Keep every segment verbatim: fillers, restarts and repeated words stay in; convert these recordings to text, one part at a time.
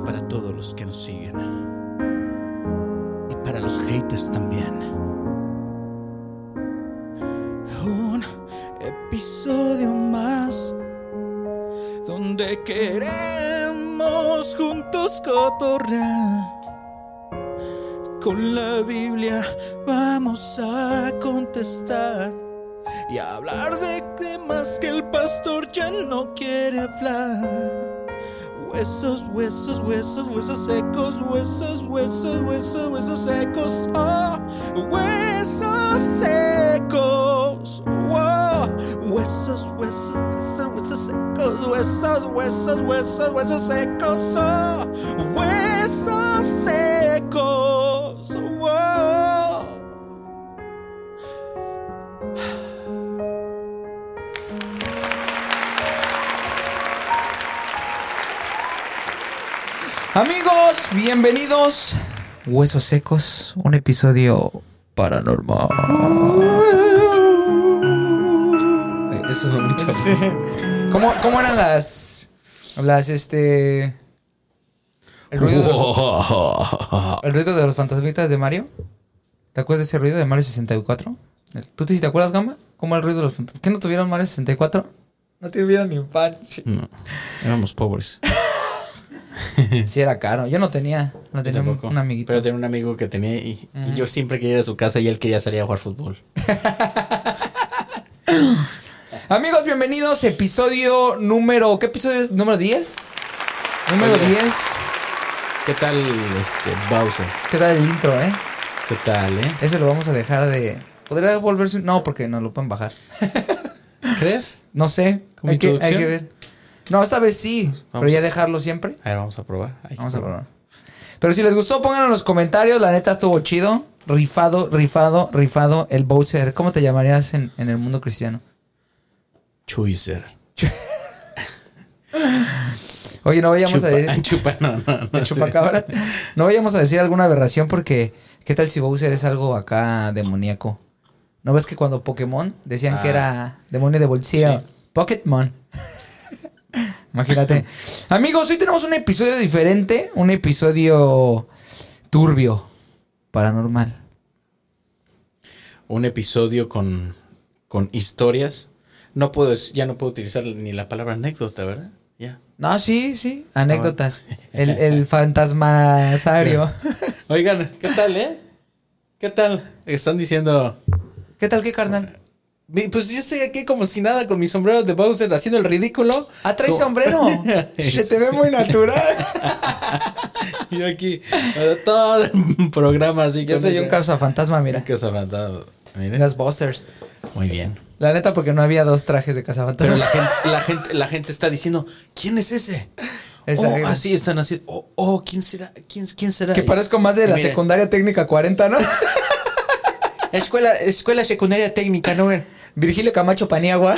para todos los que nos siguen. Y para los haters también. Un episodio más donde queremos juntos cotorrear. Con la Biblia vamos a contestar y a hablar de temas que el pastor ya no quiere hablar. Huesos, huesos, huesos, huesos secos, huesos, huesos, huesos, huesos secos, oh, huesos secos, wow. Huesos, huesos, huesos, huesos secos, huesos, huesos, huesos, huesos secos, oh, huesos secos, wow. Amigos, bienvenidos. Huesos secos, un episodio paranormal. Eso es mucho. Sí. ¿Cómo, ¿Cómo eran las las este el ruido de los, el ruido de los fantasmitas de Mario? ¿Te acuerdas de ese ruido de Mario sesenta y cuatro? ¿Tú te, te acuerdas, Gama? ¿Cómo era el ruido de los fantasmitas? ¿Qué no tuvieron Mario sesenta y cuatro? No tuvieron ni un punch. No, éramos pobres. Sí, era caro. Yo no tenía. No tenía un, un amiguito. Pero tenía un amigo que tenía y, uh-huh. y yo siempre quería ir a su casa y él quería salir a jugar fútbol. Amigos, bienvenidos. Episodio número... ¿Qué episodio es? ¿Número diez? Número Oye, diez. ¿Qué tal este Bowser? ¿Qué tal el intro, eh? ¿Qué tal, eh? Eso lo vamos a dejar de... ¿Podría volverse? No, porque no lo pueden bajar. ¿Crees? No sé. Hay que, hay que ver. No, esta vez sí, vamos pero ya dejarlo siempre. A ver, vamos a probar. Ay, vamos a probar. Pero si les gustó, pónganlo en los comentarios. La neta estuvo chido. Rifado, rifado, rifado. El Bowser. ¿Cómo te llamarías en, en el mundo cristiano? Chuizer. Oye, no vayamos chupa, a decir... Chupa, no, no, no. Chupacabra. No vayamos a decir alguna aberración porque... ¿Qué tal si Bowser es algo acá demoníaco? ¿No ves que cuando Pokémon decían ah. que era demonio de bolsillo? Sí. Pokémon. Imagínate. Amigos, hoy tenemos un episodio diferente. Un episodio turbio. Paranormal. Un episodio con, con historias. No puedo, ya no puedo utilizar ni la palabra anécdota, ¿verdad? Ya. No, sí, sí. Anécdotas. El, el fantasmasario. Oigan, ¿qué tal, eh? ¿Qué tal? Están diciendo... ¿Qué tal, qué, carnal? Pues yo estoy aquí como si nada con mi sombrero de Bowser haciendo el ridículo. Ah, ¿traes sombrero? Se te ve muy natural. Yo aquí, todo el programa así. Yo soy un cazafantasma, mira. Un cazafantasma, mira. Las Busters. Muy bien. La neta, porque no había dos trajes de cazafantasma. Pero la gente, la gente, la gente está diciendo, ¿quién es ese? Oh, así están así. Oh, oh, ¿quién será? ¿Quién, quién será? Que parezco más de la mira. Secundaria técnica cuarenta, ¿no? Escuela, escuela secundaria técnica, ¿no? Virgilio Camacho Paniagua.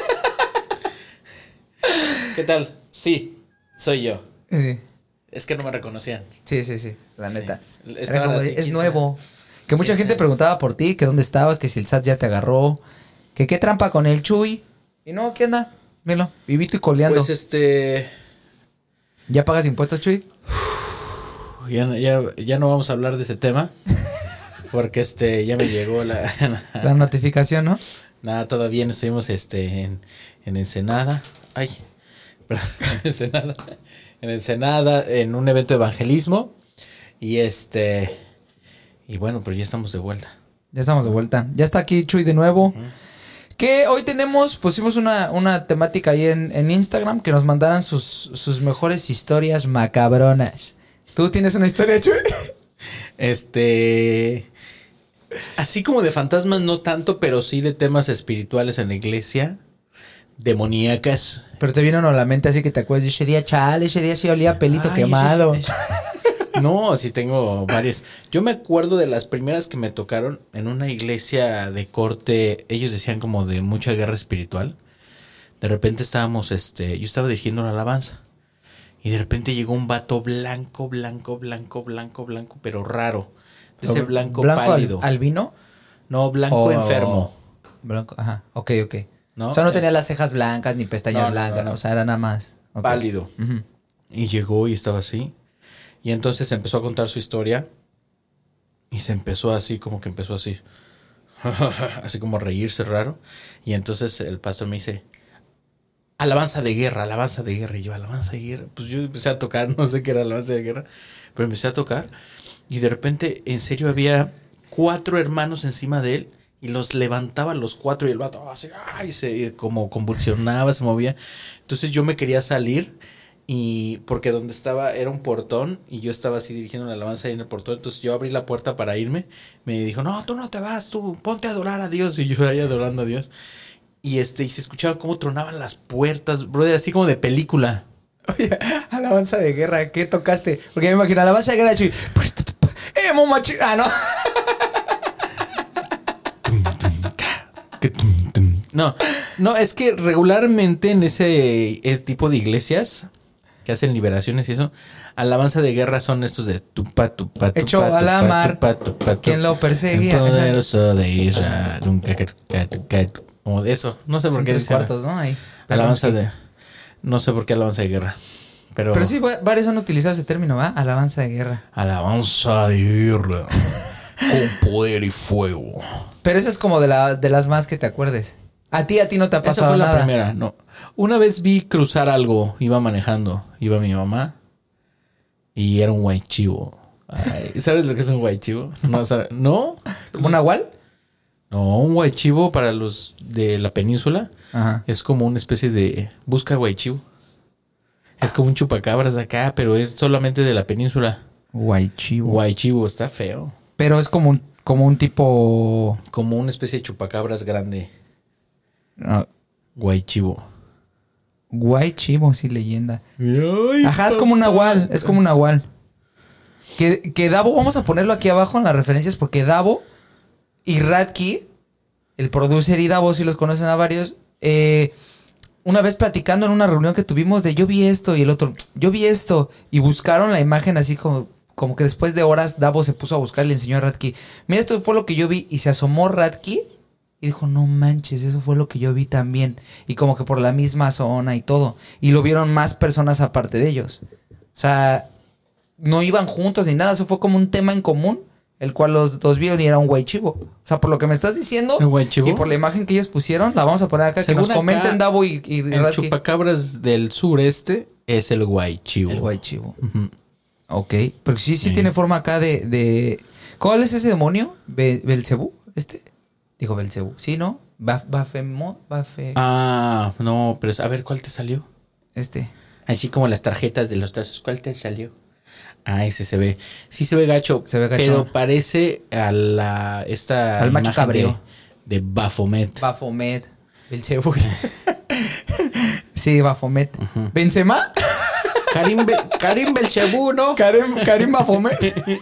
¿Qué tal? Sí, soy yo. Sí. Es que no me reconocían. Sí, sí, sí, la sí. neta. Como, así, es nuevo. Será? Que mucha gente será? Preguntaba por ti, que dónde estabas, que si el S A T ya te agarró, que qué trampa con el Chuy. Y no, ¿qué anda? Míralo, vivito y coleando. Pues este... ¿Ya pagas impuestos, Chuy? Ya, ya, ya no vamos a hablar de ese tema. Porque este ya me llegó la... la notificación, ¿no? Nada, todavía no estuvimos este, en, en Ensenada. Ay, perdón, en Ensenada. En Ensenada, en un evento de evangelismo. Y este... Y bueno, pero ya estamos de vuelta. Ya estamos de vuelta. Ya está aquí Chuy de nuevo. Uh-huh. Que hoy tenemos, pusimos una, una temática ahí en, en Instagram. Que nos mandaran sus, sus mejores historias macabronas. ¿Tú tienes una historia, Chuy? Este... Así como de fantasmas no tanto, pero sí de temas espirituales en la iglesia, demoníacas. Pero te vieron a la mente así que te acuerdas de ese día, chale, ese día sí olía pelito Ay, quemado. Ese, ese... No, sí tengo varias. Yo me acuerdo de las primeras que me tocaron en una iglesia de corte, ellos decían como de mucha guerra espiritual. De repente estábamos, este, yo estaba dirigiendo una alabanza. Y de repente llegó un vato blanco, blanco, blanco, blanco, blanco, pero raro. De ese blanco, blanco pálido. Al, ¿Albino? No, blanco oh, enfermo. Blanco, ajá, ok, ok. ¿No? O sea, no tenía las cejas blancas ni pestañas no, blancas, no, no, no. O sea, era nada más. Okay. Pálido. Uh-huh. Y llegó y estaba así. Y entonces empezó a contar su historia. Y se empezó así, como que empezó así. Así como a reírse raro. Y entonces el pastor me dice, alabanza de guerra, alabanza de guerra. Y yo, alabanza de guerra. Pues yo empecé a tocar, no sé qué era alabanza de guerra. Pero empecé a tocar. Y de repente, en serio, había cuatro hermanos encima de él. Y los levantaba los cuatro. Y el vato así, ay, se como convulsionaba, se movía. Entonces yo me quería salir. Y porque donde estaba era un portón y yo estaba así dirigiendo la alabanza ahí en el portón. Entonces yo abrí la puerta para irme. Me dijo, no, tú no te vas, tú ponte a adorar a Dios. Y yo ahí adorando a Dios. Y este y se escuchaba cómo tronaban las puertas, brother, así como de película. Oye, alabanza de guerra, ¿qué tocaste? Porque me imagino, alabanza de guerra, chuy. ¡Eh, momachi! Ah, no. No, no, es que regularmente en ese, ese tipo de iglesias que hacen liberaciones y eso, alabanza de guerra son estos de tupa, tupa, tupa, hecho a la mar, quien lo perseguía. El poderoso de Israel. Como de eso. No sé por Son qué tres dicen cuartos, ¿no? Ahí. alabanza Sí. de... No sé por qué alabanza de guerra. Pero, Pero sí, varios han utilizado ese término, ¿va? Alabanza de guerra. alabanza de guerra. Con poder y fuego. Pero esa es como de, la, de las más que te acuerdes. A ti, a ti no te ha Esa pasado fue la nada. primera, no. Una vez vi cruzar algo, iba manejando, iba mi mamá y era un guaychivo. Ay, ¿sabes lo que es un guaychivo? No, ¿sabe? ¿No? ¿Como un nahual? No, un guaychivo para los de la península Ajá. es como una especie de busca guaychivo. Es como un chupacabras acá, pero es solamente de la península. Guaychivo. Guaychivo, está feo. Pero es como un, como un tipo... Como una especie de chupacabras grande. No, Guaychivo. guaychivo, sí, leyenda. Ay, Ajá, es como un nahual, es como un nahual. Que, que Davo, vamos a ponerlo aquí abajo en las referencias, porque Davo y Radke, el producer y Davo, si los conocen a varios, eh, una vez platicando en una reunión que tuvimos de yo vi esto y el otro, yo vi esto, y buscaron la imagen así como, como que después de horas Davo se puso a buscar y le enseñó a Radke, mira, esto fue lo que yo vi, y se asomó Radke y dijo, no manches, eso fue lo que yo vi también. Y como que por la misma zona y todo. Y lo vieron más personas aparte de ellos. O sea, no iban juntos ni nada. Eso fue como un tema en común, el cual los dos vieron y era un guaychivo. O sea, por lo que me estás diciendo ¿Un guaychivo? y por la imagen que ellos pusieron, la vamos a poner acá. Según que nos comenten acá, Davo y, y El Radke. chupacabras del sureste es el guaychivo. El guaychivo. Ujú. Ok. Pero sí, sí, Sí. tiene forma acá de, de... ¿Cuál es ese demonio? Be- ¿Belcebú? ¿Este? Dijo Belcebú. ¿Sí, no? Baf, Bafemo, Bafe... Ah, no, pero a ver, ¿cuál te salió? Este. Así como las tarjetas de los tazos, ¿cuál te salió? Ah, ese se ve. Sí se ve gacho. Se ve gacho. Pero parece a la... Esta Al macho imagen cabrío. De, de Baphomet. Bafomet. Belcebú. Sí, Bafomet. ¿Benzema? Karim, Be- Karim Belchebú, ¿no? Karim, Karim Bafomet.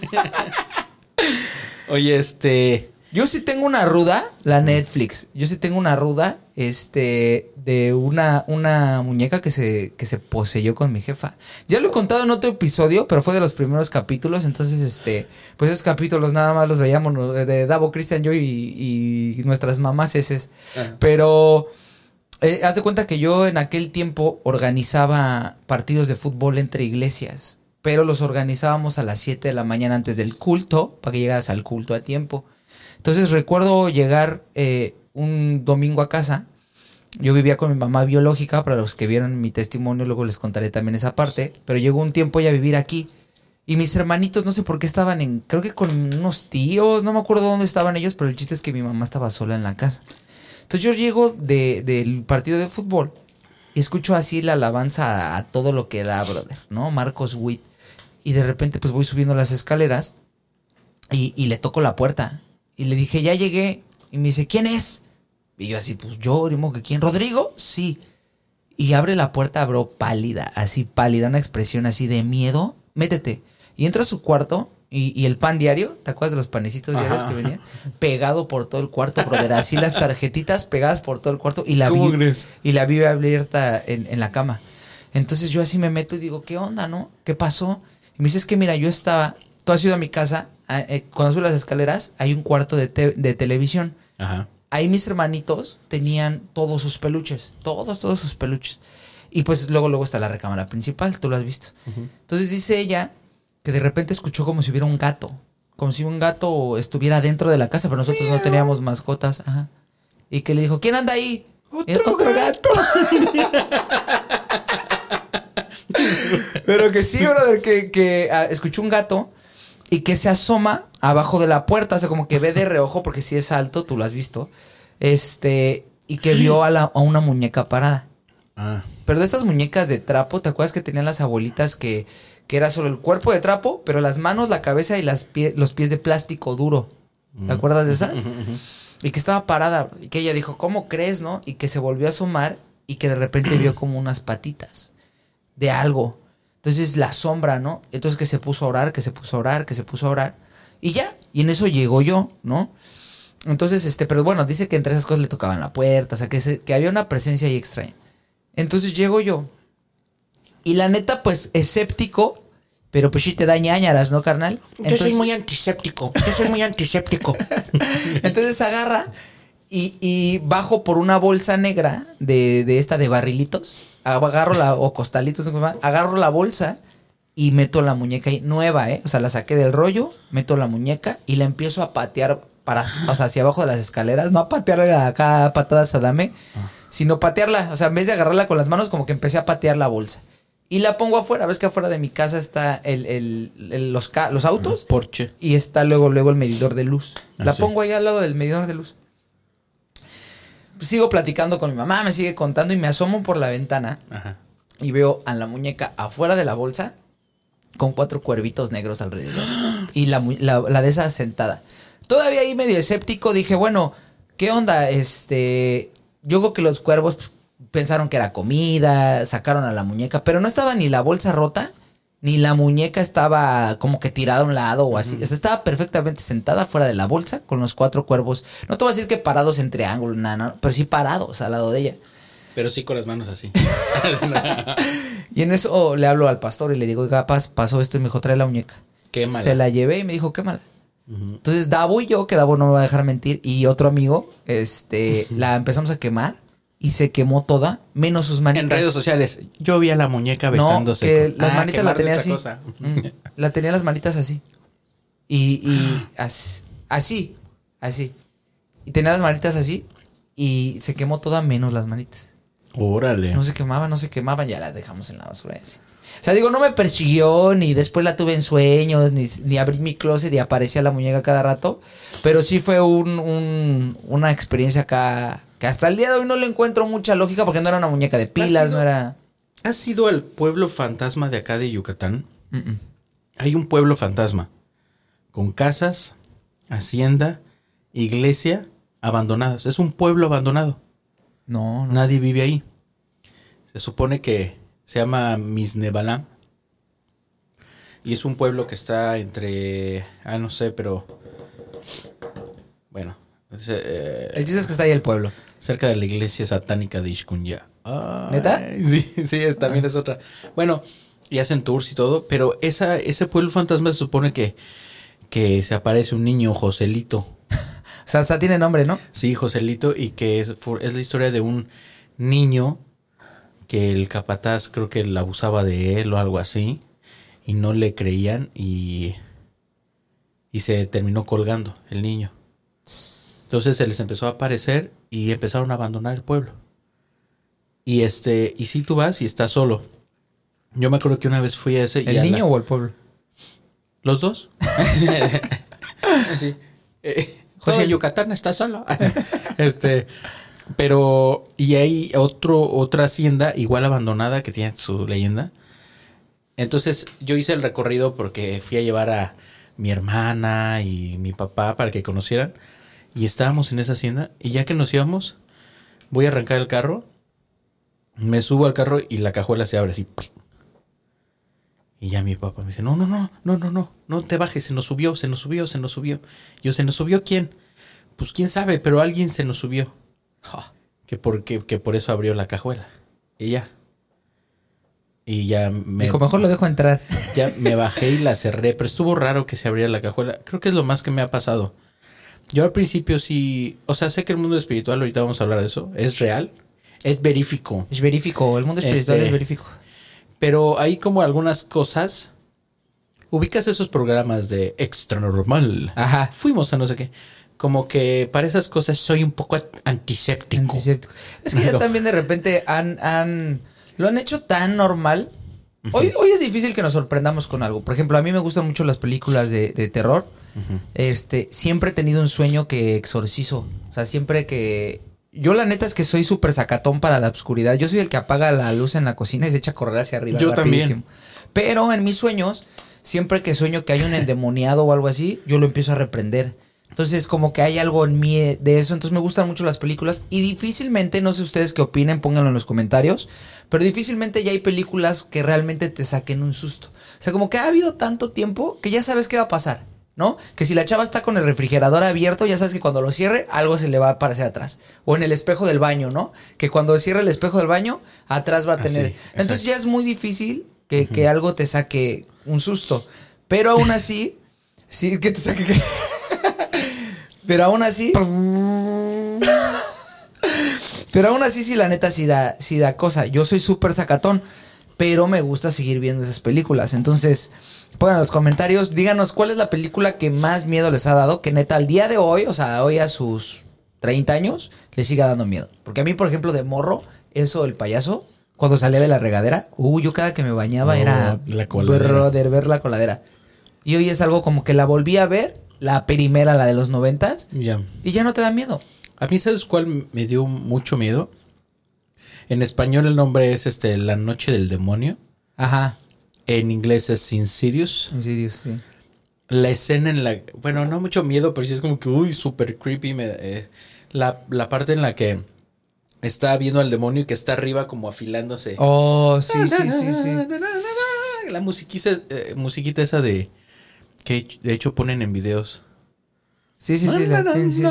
Oye, este... Yo sí tengo una ruda, la Netflix. Yo sí tengo una ruda, este, de una, una muñeca que se, que se poseyó con mi jefa. Ya lo he contado en otro episodio, pero fue de los primeros capítulos. Entonces, este, pues esos capítulos nada más los veíamos ¿no? de Davo, Cristian, yo y, y nuestras mamás eses. Ajá. Pero eh, haz de cuenta que yo en aquel tiempo organizaba partidos de fútbol entre iglesias. Pero los organizábamos a las siete de la mañana antes del culto, para que llegaras al culto a tiempo. Entonces recuerdo llegar eh, un domingo a casa. Yo vivía con mi mamá biológica. Para los que vieron mi testimonio, luego les contaré también esa parte. Pero llegó un tiempo ya a vivir aquí. Y mis hermanitos, no sé por qué estaban en... Creo que con unos tíos. No me acuerdo dónde estaban ellos. Pero el chiste es que mi mamá estaba sola en la casa. Entonces yo llego de, del partido de fútbol. Y escucho así la alabanza a, a todo lo que da, brother, ¿no? Marcos Witt. Y de repente pues voy subiendo las escaleras. Y, y le toco la puerta. Y le dije, ya llegué. Y me dice, ¿quién es? Y yo así, pues yo, ¿y que quién? ¿Rodrigo? Sí. Y abre la puerta, bro, pálida, así pálida, una expresión así de miedo. Métete. Y entro a su cuarto y, y el pan diario, ¿te acuerdas de los panecitos diarios Ajá. que venían? Pegado por todo el cuarto, brother. Así las tarjetitas pegadas por todo el cuarto. Y la ¿Cómo vi- crees? y la Biblia abierta en, en la cama. Entonces yo así me meto y digo, ¿qué onda, no? ¿Qué pasó? Y me dice, es que mira, yo estaba... Tú has ido a mi casa... Eh, cuando subes las escaleras hay un cuarto de, te- de televisión. Ajá. Ahí mis hermanitos tenían todos sus peluches. Todos, todos sus peluches. Y pues luego, luego está la recámara principal. Tú lo has visto. Uh-huh. Entonces dice ella que de repente escuchó como si hubiera un gato. Como si un gato estuviera dentro de la casa, pero nosotros no teníamos mascotas. Ajá. Y que le dijo, ¿quién anda ahí? ¡Otro, ¿Otro gato! Pero que sí, brother, que, que uh, escuchó un gato y que se asoma abajo de la puerta. O sea, como que ve de reojo, porque si es alto, tú lo has visto. Este, y que vio a, la, a una muñeca parada. Ah. Pero de estas muñecas de trapo, ¿te acuerdas que tenían las abuelitas que, que era solo el cuerpo de trapo, pero las manos, la cabeza y las pie, los pies de plástico duro? ¿Te acuerdas de esas? Y que estaba parada, y que ella dijo, ¿cómo crees, no? Y que se volvió a asomar y que de repente vio como unas patitas de algo. Entonces la sombra, ¿no? Entonces que se puso a orar, que se puso a orar, que se puso a orar. Y ya, y en eso llegó yo, ¿no? Entonces, este, pero bueno, dice que entre esas cosas le tocaban la puerta, o sea, que, se, que había una presencia ahí extraña. Entonces llego yo. Y la neta, pues, escéptico, pero pues sí te da ñañaras, ¿no, carnal? Entonces, yo soy muy antiséptico, yo soy muy antiséptico. Entonces agarra y, y bajo por una bolsa negra de, de esta de barrilitos. Agarro la, o costalitos, agarro la bolsa y meto la muñeca ahí, nueva, ¿eh? O sea, la saqué del rollo, meto la muñeca y la empiezo a patear para, o sea, hacia abajo de las escaleras. No a patearla acá, patadas a dame, ah. sino patearla. O sea, en vez de agarrarla con las manos, como que empecé a patear la bolsa. Y la pongo afuera. Ves que afuera de mi casa está el, el, el, los, ca los autos. Porsche. Y está luego, luego el medidor de luz. Ah, la sí. pongo ahí al lado del medidor de luz. Sigo platicando con mi mamá, me sigue contando y me asomo por la ventana. Ajá. Y veo a la muñeca afuera de la bolsa con cuatro cuervitos negros alrededor. Y la, la, la de esa sentada. Todavía ahí medio escéptico dije, bueno, ¿qué onda? Este, yo creo que los cuervos pues, pensaron que era comida, sacaron a la muñeca, pero no estaba ni la bolsa rota, ni la muñeca estaba como que tirada a un lado o así. Uh-huh. O sea, estaba perfectamente sentada fuera de la bolsa con los cuatro cuervos. No te voy a decir que parados en triángulo, nada, no, pero sí parados al lado de ella. Pero sí con las manos así. Y en eso le hablo al pastor y le digo, oiga, paz, pasó esto, y me dijo, trae la muñeca. Quémala. Se la llevé y me dijo, quémala. Uh-huh. Entonces Davo y yo, que Davo no me va a dejar mentir, y otro amigo, este, uh-huh. la empezamos a quemar. Y se quemó toda, menos sus manitas. En redes sociales, yo vi a la muñeca besándose. No, que con... las ah, manitas la tenía así. Mm, la tenía las manitas así. Y, y así, así, así. Y tenía las manitas así. Y se quemó toda menos las manitas. Órale. No se quemaba, no se quemaba. Ya la dejamos en la basura. Así. O sea, digo, no me persiguió, ni después la tuve en sueños, ni, ni abrí mi closet y aparecía la muñeca cada rato. Pero sí fue un, un, una experiencia acá... Que hasta el día de hoy no le encuentro mucha lógica porque no era una muñeca de pilas, no era... ¿Has ido al pueblo fantasma de acá de Yucatán? Uh-uh. Hay un pueblo fantasma con casas, hacienda, iglesia abandonadas. Es un pueblo abandonado. No, no. Nadie vive ahí. Se supone que se llama Misnebalam. Y es un pueblo que está entre... Ah, no sé, pero... Bueno... Eh, el chiste es que está ahí el pueblo. Cerca de la iglesia satánica de Ixcunya. ¿Neta? Sí, sí, también ah. es otra. Bueno, y hacen tours y todo, pero esa, ese pueblo fantasma se supone que, que se aparece un niño, Joselito. O sea, hasta tiene nombre, ¿no? Sí, Joselito, y que es, es la historia de un niño que el capataz creo que le abusaba de él o algo así, y no le creían y, y se terminó colgando el niño. Entonces se les empezó a aparecer y empezaron a abandonar el pueblo. Y este, y si tú vas y estás solo. Yo me acuerdo que una vez fui a ese. ¿El y a niño la... o el pueblo? Los dos. Sí. eh, todo Yucatán está solo. este, pero y hay otro otra hacienda igual abandonada que tiene su leyenda. Entonces yo hice el recorrido porque fui a llevar a mi hermana y mi papá para que conocieran. Y estábamos en esa hacienda y ya que nos íbamos, voy a arrancar el carro, me subo al carro y la cajuela se abre así. Y ya mi papá me dice, no, no, no, no, no, no, no te bajes, se nos subió, se nos subió, se nos subió. Yo, ¿se nos subió quién? Pues quién sabe, pero alguien se nos subió. Oh, que, por, que, que por eso abrió la cajuela. Y ya. Y ya me... Dijo, mejor lo dejo entrar. Ya me bajé y la cerré, pero estuvo raro que se abriera la cajuela. Creo que es lo más que me ha pasado. Yo al principio sí... O sea, sé que el mundo espiritual, ahorita vamos a hablar de eso, es real, es verífico. Es verífico, el mundo espiritual este, es verífico. Pero hay como algunas cosas ubicas esos programas de Extra Normal. Ajá. Fuimos a no sé qué. Como que para esas cosas soy un poco antiséptico. Antiséptico. Es que Pero- ya también de repente han, han lo han hecho tan normal. Hoy, hoy es difícil que nos sorprendamos con algo. Por ejemplo, a mí me gustan mucho las películas de, de terror. Ujú. Este, siempre he tenido un sueño que exorcizo. O sea, siempre que... Yo la neta es que soy súper sacatón para la oscuridad. Yo soy el que apaga la luz en la cocina y se echa a correr hacia arriba. Yo rapidísimo. también. Pero en mis sueños, siempre que sueño que hay un endemoniado o algo así, yo lo empiezo a reprender. Entonces, como que hay algo en mí de eso. Entonces, me gustan mucho las películas. Y difícilmente, no sé ustedes qué opinen, pónganlo en los comentarios. Pero difícilmente ya hay películas que realmente te saquen un susto. O sea, como que ha habido tanto tiempo que ya sabes qué va a pasar, ¿no? Que si la chava está con el refrigerador abierto, ya sabes que cuando lo cierre, algo se le va a aparecer atrás. O en el espejo del baño, ¿no? Que cuando cierre el espejo del baño, atrás va a Ah, tener. sí, Entonces, exacto. ya es muy difícil que, que algo te saque un susto. Pero aún así, sí, que te saque... que- Pero aún así. Pero aún así, sí, la neta, sí da, sí da cosa. Yo soy súper sacatón, pero me gusta seguir viendo esas películas. Entonces, pongan en los comentarios, díganos cuál es la película que más miedo les ha dado. Que neta, al día de hoy, o sea, hoy a sus treinta años, les siga dando miedo. Porque a mí, por ejemplo, de morro, eso del payaso, cuando salía de la regadera, uh, yo cada que me bañaba Oh, era. la coladera. Brother, ver la coladera. Y hoy es algo como que la volví a ver, la primera, la de los noventas, Ya. y ya no te da miedo. A mí, ¿sabes cuál me dio mucho miedo? En español el nombre es este La Noche del Demonio. Ajá. En inglés es Insidious. Insidious, sí. La escena en la... Bueno, no mucho miedo, pero sí es como que... Uy, súper creepy. Me, eh, la, la parte en la que está viendo al demonio y que está arriba como afilándose. Oh, sí, sí, sí, sí. La musiquita, eh, musiquita esa de... Que de hecho ponen en videos. Sí, sí, sí. la- sí, sí, sí.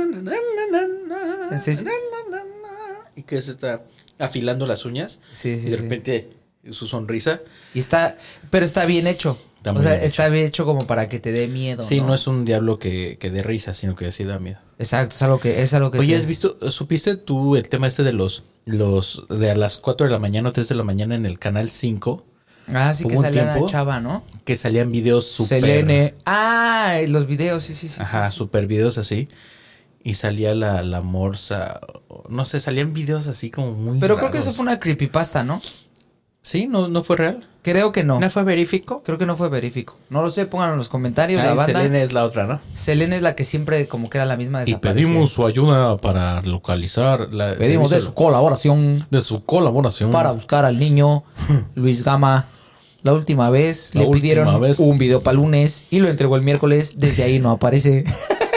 Sí, sí. Y que se está afilando las uñas. Sí, sí, y de sí. repente su sonrisa. Y está, pero está bien hecho. Está o muy sea, bien está bien hecho como para que te dé miedo. Sí, ¿no? no es un diablo que, que dé risa, sino que sí da miedo. Exacto, es algo que, es algo que. Oye, te- ¿has visto, supiste tú el tema este de los, los, de a las cuatro de la mañana o tres de la mañana en el canal cinco? Ah, sí que hubo un salía una tiempo chava, ¿no? Que salían videos súper... Selene. Ah, los videos, sí, sí, sí. Ajá, sí, sí. súper videos así. Y salía la, la morsa. No sé, salían videos así como muy Pero creo que eso raros. fue una creepypasta, ¿no? Sí, ¿no, no fue real? Creo que no. ¿No fue verífico? Creo que no fue verífico. No lo sé, pónganlo en los comentarios. Ah, la y banda. Selene es la otra, ¿no? Selene es la que siempre como que era la misma Y desaparecida. pedimos su ayuda para localizar la Pedimos de servicio- su colaboración de su colaboración para buscar al niño Luis Gama. La última vez La le última pidieron vez. un video para lunes y lo entregó el miércoles. Desde ahí no aparece.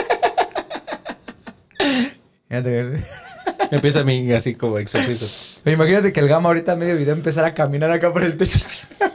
Fíjate. Empieza a mí así como exorcito. Pero imagínate que el Gama ahorita a medio video empezara a caminar acá por el techo.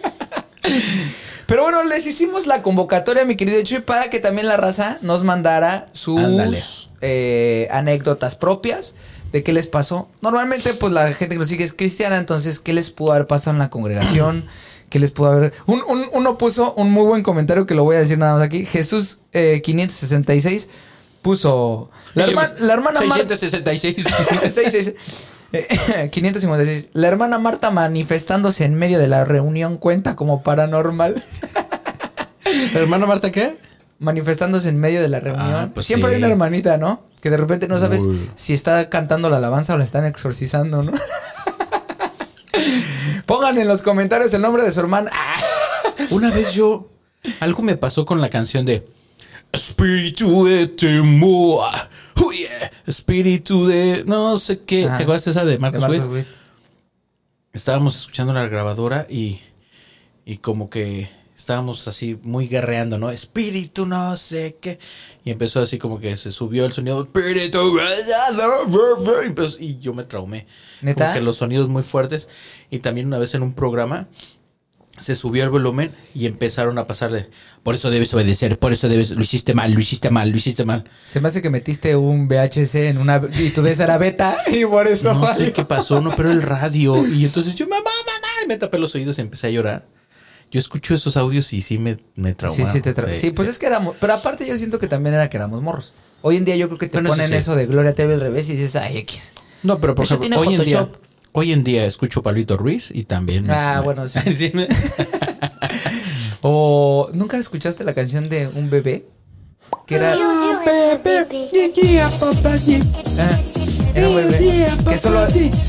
Pero bueno, les hicimos la convocatoria, mi querido Chuy, para que también la raza nos mandara sus Ándale. eh, anécdotas propias de qué les pasó. Normalmente, pues la gente que nos sigue es cristiana, entonces, ¿qué les pudo haber pasado en la congregación? ¿Qué les pudo haber...? Un, un- uno puso un muy buen comentario que lo voy a decir nada más aquí. Jesús eh, quinientos sesenta y seis puso... La, herma- la hermana Marta... seiscientos sesenta y seis. seis, seis, eh, quinientos cincuenta y seis. La hermana Marta manifestándose en medio de la reunión cuenta como paranormal. ¿La hermana Marta qué? Manifestándose en medio de la reunión. Ah, pues Siempre sí. hay una hermanita, ¿no? Que de repente no sabes Uy. si está cantando la alabanza o la están exorcizando, ¿no? Pongan en los comentarios el nombre de su hermana. ¡Ah! Una vez yo... Algo me pasó con la canción de... Espíritu de temor. Oh, yeah. Espíritu de... No sé qué. Ajá. ¿Te acuerdas esa de De Marcos Marcos Witt? Witt. Estábamos escuchando la grabadora y... Y como que... Estábamos así muy guerreando, ¿no? Espíritu no sé qué. Y empezó así como que se subió el sonido. Espíritu. Y empezó- Y yo me traumé. ¿Neta? Como que los sonidos muy fuertes. Y también una vez en un programa se subió el volumen y empezaron a pasarle. Por eso debes obedecer, por eso debes. Lo hiciste mal, lo hiciste mal, lo hiciste mal. Se me hace que metiste un V H C en una... Y tú de esa era beta. Y por eso... No sé qué pasó, no, pero el radio. Y entonces yo, mamá, mamá. Y me tapé los oídos y empecé a llorar. Yo escucho esos audios y sí me, me traumó. Sí, sí, te tra- sí, pues es que éramos... Pero aparte yo siento que también era que éramos morros. Hoy en día yo creo que te Bueno, eso ponen sí. eso de Gloria Trevi al revés y dices, ay, X. No, pero por Eso ejemplo, tiene hoy en, día, Photoshop. hoy en día escucho Pablito Ruiz y también... me- Ah, me- bueno, sí. Sí, me- O ¿nunca escuchaste la canción de un bebé? Que era Ah, bebé, yeah, papá, yeah. Ah, era un bebé que solo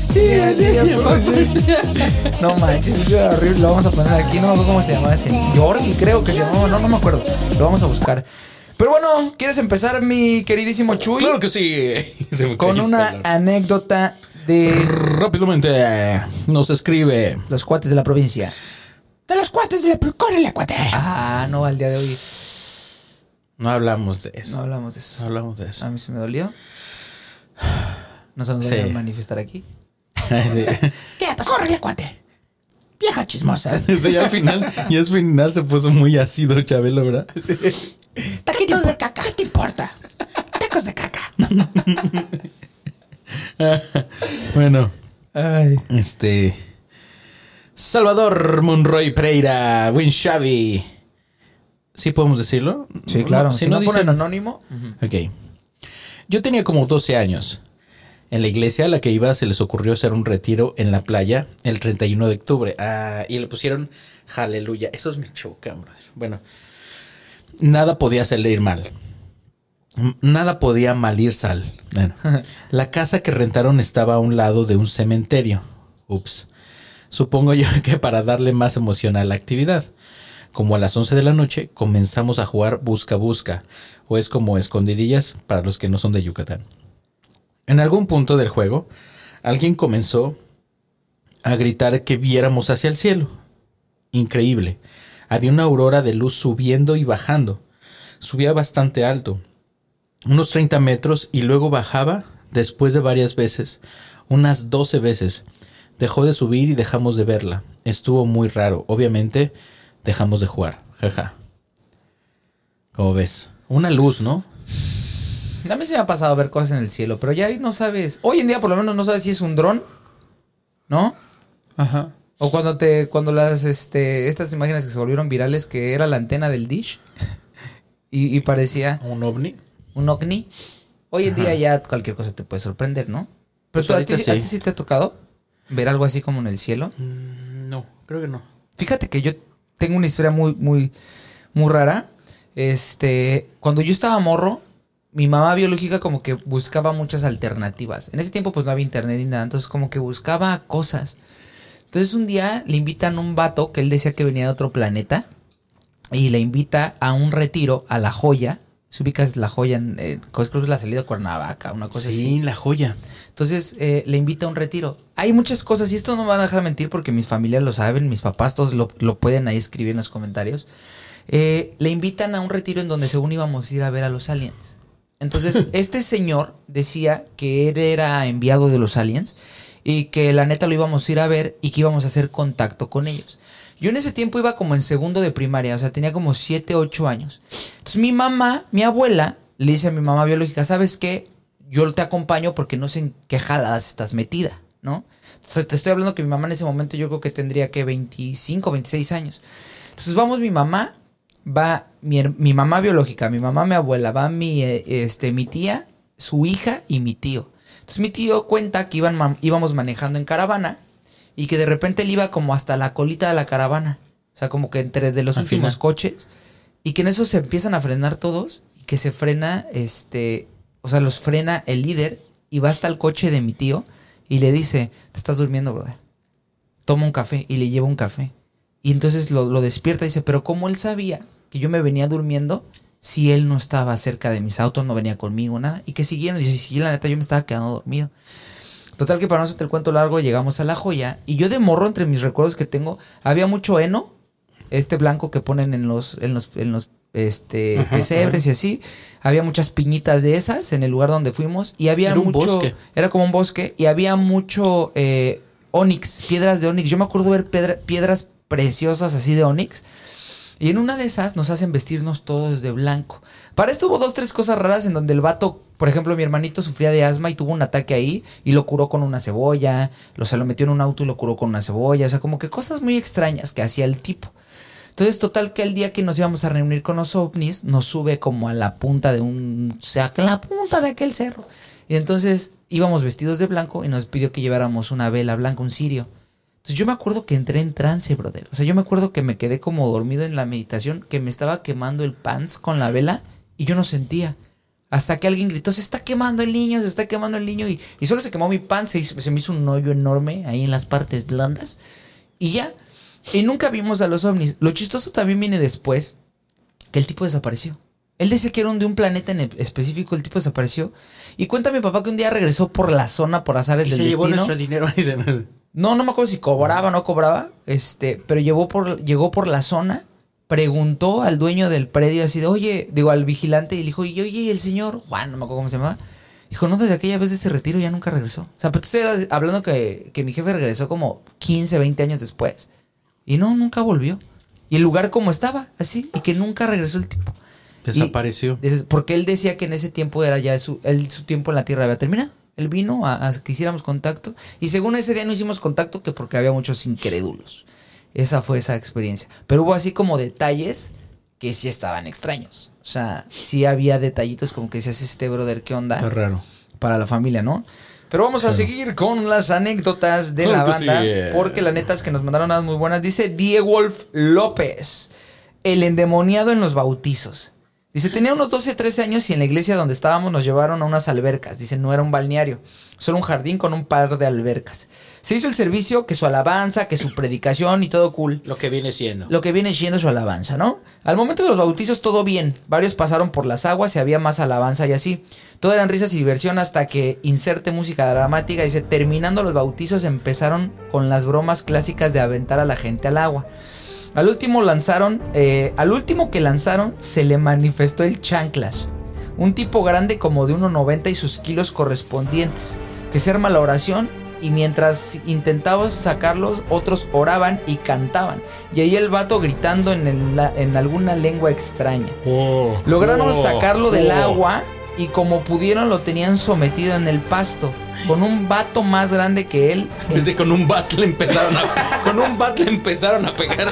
no manches, eso era horrible. Lo vamos a poner aquí, no me acuerdo cómo se llamaba ese. Yorgi creo que se llamaba, no, no me acuerdo. Lo vamos a buscar. Pero bueno, ¿quieres empezar, mi queridísimo Chuy? Claro que sí. Se me Con cayó una el pelo. anécdota de Rápidamente nos escribe. los cuates de la provincia. De los cuates de la... ¡Córrele, cuate! Ah, no, al día de hoy No hablamos de eso. no hablamos de No eso. hablamos de eso. A mí se me dolió. No se nos Sí. va a manifestar aquí. Sí. ¿Qué pasó? ¡Córrele, cuate! Vieja chismosa. Sí, ya al final, y al final se puso muy ácido Chabelo, ¿verdad? Sí. Taquitos de caca. ¿Qué te importa? Tacos de caca. Bueno, Ay. este... Salvador Monroy Pereira, Win Xavi. ¿Sí podemos decirlo? Sí, claro. No, si, no, ponen dicen- anónimo. Ok. Yo tenía como doce años. En la iglesia a la que iba se les ocurrió hacer un retiro en la playa el treinta y uno de octubre. Ah, y le pusieron Aleluya. Esos me chocan, brother. Bueno, nada podía salir mal. M- Nada podía mal ir sal. Bueno, la casa que rentaron estaba a un lado de un cementerio. Ups. Supongo yo que para darle más emoción a la actividad. Como a las once de la noche comenzamos a jugar busca busca, o es como escondidillas para los que no son de Yucatán. En algún punto del juego, alguien comenzó a gritar que viéramos hacia el cielo. Increíble. Había una aurora de luz subiendo y bajando. Subía bastante alto, unos treinta metros, y luego bajaba después de varias veces, unas doce veces. Dejó de subir y dejamos de verla. Estuvo muy raro. Obviamente, dejamos de jugar. Jaja. ¿Cómo ves? Una luz, ¿no? A mí se me ha pasado ver cosas en el cielo, pero ya no sabes. Hoy en día, por lo menos, no sabes si es un dron, ¿no? Ajá. O cuando te, cuando las, este, estas imágenes que se volvieron virales, que era la antena del dish y, y parecía ¿Un ovni? un ovni. Hoy en día ya cualquier cosa te puede sorprender, ¿no? Pero Pues tú, a, ti, ahorita ¿a sí. ti sí te ha tocado ver algo así como en el cielo? Mm, No, creo que no. Fíjate que yo tengo una historia muy, muy, muy rara. Este, cuando yo estaba morro, mi mamá biológica como que buscaba muchas alternativas. En ese tiempo pues no había internet ni nada, entonces como que buscaba cosas. Entonces un día le invitan a un vato que él decía que venía de otro planeta y le invita a un retiro a La Joya. Si ubicas La Joya, en, eh, creo que es la salida de Cuernavaca, una cosa así. Sí, la joya. Entonces eh, le invita a un retiro. Hay muchas cosas, y esto no me van a dejar mentir porque mis familias lo saben, mis papás todos lo, lo pueden ahí escribir en los comentarios. Eh, le invitan a un retiro en donde según íbamos a ir a ver a los aliens. Entonces este señor decía que él era enviado de los aliens y que la neta lo íbamos a ir a ver y que íbamos a hacer contacto con ellos. Yo en ese tiempo iba como en segundo de primaria, o sea, tenía como siete, ocho años. Entonces mi mamá, mi abuela, le dice a mi mamá biológica, ¿sabes qué? Yo te acompaño porque no sé en qué jaladas estás metida, ¿no? Entonces te estoy hablando que mi mamá en ese momento yo creo que tendría que veinticinco, veintiséis años. Entonces vamos mi mamá, va mi, her- mi mamá biológica, mi mamá, mi abuela, va mi, eh, este, mi tía, su hija y mi tío. Entonces mi tío cuenta que iban, ma- íbamos manejando en caravana y que de repente él iba como hasta la colita de la caravana. O sea, como que entre de los Al últimos final. coches. Y que en eso se empiezan a frenar todos y que se frena, este... O sea, los frena el líder y va hasta el coche de mi tío y le dice, te estás durmiendo, brother. Toma un café y le lleva un café. Y entonces lo, lo despierta y dice, pero ¿cómo él sabía que yo me venía durmiendo si él no estaba cerca de mis autos, no venía conmigo, nada? Y que siguieron. Y dice, sí, la neta, yo me estaba quedando dormido. Total que para no hacerte el cuento largo, llegamos a La Joya. Y yo de morro, entre mis recuerdos que tengo, había mucho heno. Este blanco que ponen en los, en los, en los este, Ajá, pesebres ajá. y así. Había muchas piñitas de esas en el lugar donde fuimos. Y había Era un mucho... bosque. Era como un bosque. Y había mucho eh, onix, piedras de onix. Yo me acuerdo ver pedra- piedras preciosas así de onix. Y en una de esas nos hacen vestirnos todos de blanco. Para esto hubo dos, tres cosas raras en donde el vato, por ejemplo, mi hermanito sufría de asma y tuvo un ataque ahí y lo curó con una cebolla. Lo, se lo metió en un auto y lo curó con una cebolla. O sea, como que cosas muy extrañas que hacía el tipo. Entonces, total que el día que nos íbamos a reunir con los ovnis, nos sube como a la punta de un... O sea, a la punta de aquel cerro. Y entonces íbamos vestidos de blanco y nos pidió que lleváramos una vela blanca, un cirio. Entonces yo me acuerdo que entré en trance, brother. O sea, yo me acuerdo que me quedé como dormido en la meditación, que me estaba quemando el pants con la vela y yo no sentía. Hasta que alguien gritó, se está quemando el niño, se está quemando el niño. Y, y solo se quemó mi pants, se, hizo, se me hizo un hoyo enorme ahí en las partes blandas. Y ya. Y nunca vimos a los ovnis. Lo chistoso también viene después, que el tipo desapareció. Él decía que era un de un planeta en específico, el tipo desapareció. Y cuenta mi papá que un día regresó por la zona por azares y del se destino. llevó nuestro dinero. No, no me acuerdo si cobraba o no cobraba, este, pero llegó por, llegó por la zona, preguntó al dueño del predio así de, oye, digo, al vigilante, y le dijo, oye, oye, el señor Juan, no me acuerdo cómo se llamaba. Dijo, no, desde aquella vez de ese retiro ya nunca regresó. O sea, pero tú estás hablando que, que mi jefe regresó como quince, veinte años después. Y no, nunca volvió. Y el lugar como estaba, así, y que nunca regresó el tipo. Desapareció. Y, porque él decía que en ese tiempo era ya su, él, su tiempo en la Tierra había terminado. Él vino a, a que hiciéramos contacto. Y según ese día no hicimos contacto, que porque había muchos incrédulos. Esa fue esa experiencia. Pero hubo así como detalles que sí estaban extraños. O sea, sí había detallitos como que decías, este brother, ¿qué onda? Está raro. Para la familia, ¿no? Pero vamos claro. a seguir con las anécdotas de claro la banda. Sí, eh. Porque la neta es que nos mandaron unas muy buenas. Dice Diego Wolf López. El endemoniado en los bautizos. Dice, tenía unos doce, trece años y en la iglesia donde estábamos nos llevaron a unas albercas. Dice, no era un balneario, solo un jardín con un par de albercas. Se hizo el servicio, que su alabanza, que su predicación y todo cool. Lo que viene siendo. Lo que viene siendo su alabanza, ¿no? Al momento de los bautizos todo bien. Varios pasaron por las aguas y había más alabanza y así. Todo eran risas y diversión hasta que inserte música dramática. Dice, terminando los bautizos empezaron con las bromas clásicas de aventar a la gente al agua. Al último lanzaron, eh, al último que lanzaron se le manifestó el chanclas. Un tipo grande como de uno noventa y sus kilos correspondientes. Que se arma la oración y mientras intentaban sacarlos, otros oraban y cantaban. Y ahí el vato gritando en, el, en alguna lengua extraña. Oh, Lograron oh, sacarlo del oh. agua y como pudieron lo tenían sometido en el pasto. Con un vato más grande que él. Desde el... con un bat le empezaron a con un bat le empezaron a pegar.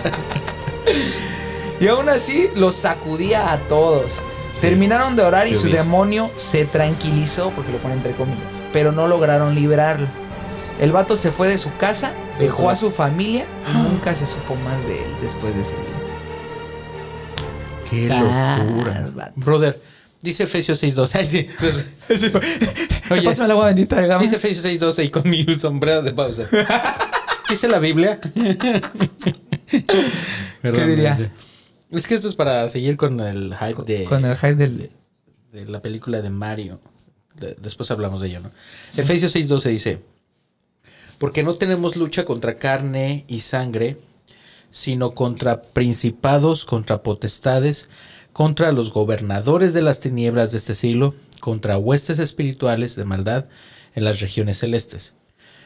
Y aún así los sacudía a todos. Sí. Terminaron de orar y su mismo. demonio se tranquilizó, porque lo pone entre comillas, pero no lograron liberarlo. El vato se fue de su casa, sí, dejó a su familia y nunca se supo más de él después de ese día. Qué locura. Ah, brother, dice Efesios seis doce. Ay, sí. Oye, pásame el agua bendita de Gama. Dice Efesios seis doce y con mi sombrero de pausa. ¿Dice la Biblia? Perdón, ¿qué diría? Es que esto es para seguir con el hype con, de... Con el hype del... De, de la película de Mario. De, después hablamos de ello, ¿no? Sí. Efesios seis doce dice... Porque no tenemos lucha contra carne y sangre, sino contra principados, contra potestades, contra los gobernadores de las tinieblas de este siglo, contra huestes espirituales de maldad en las regiones celestes.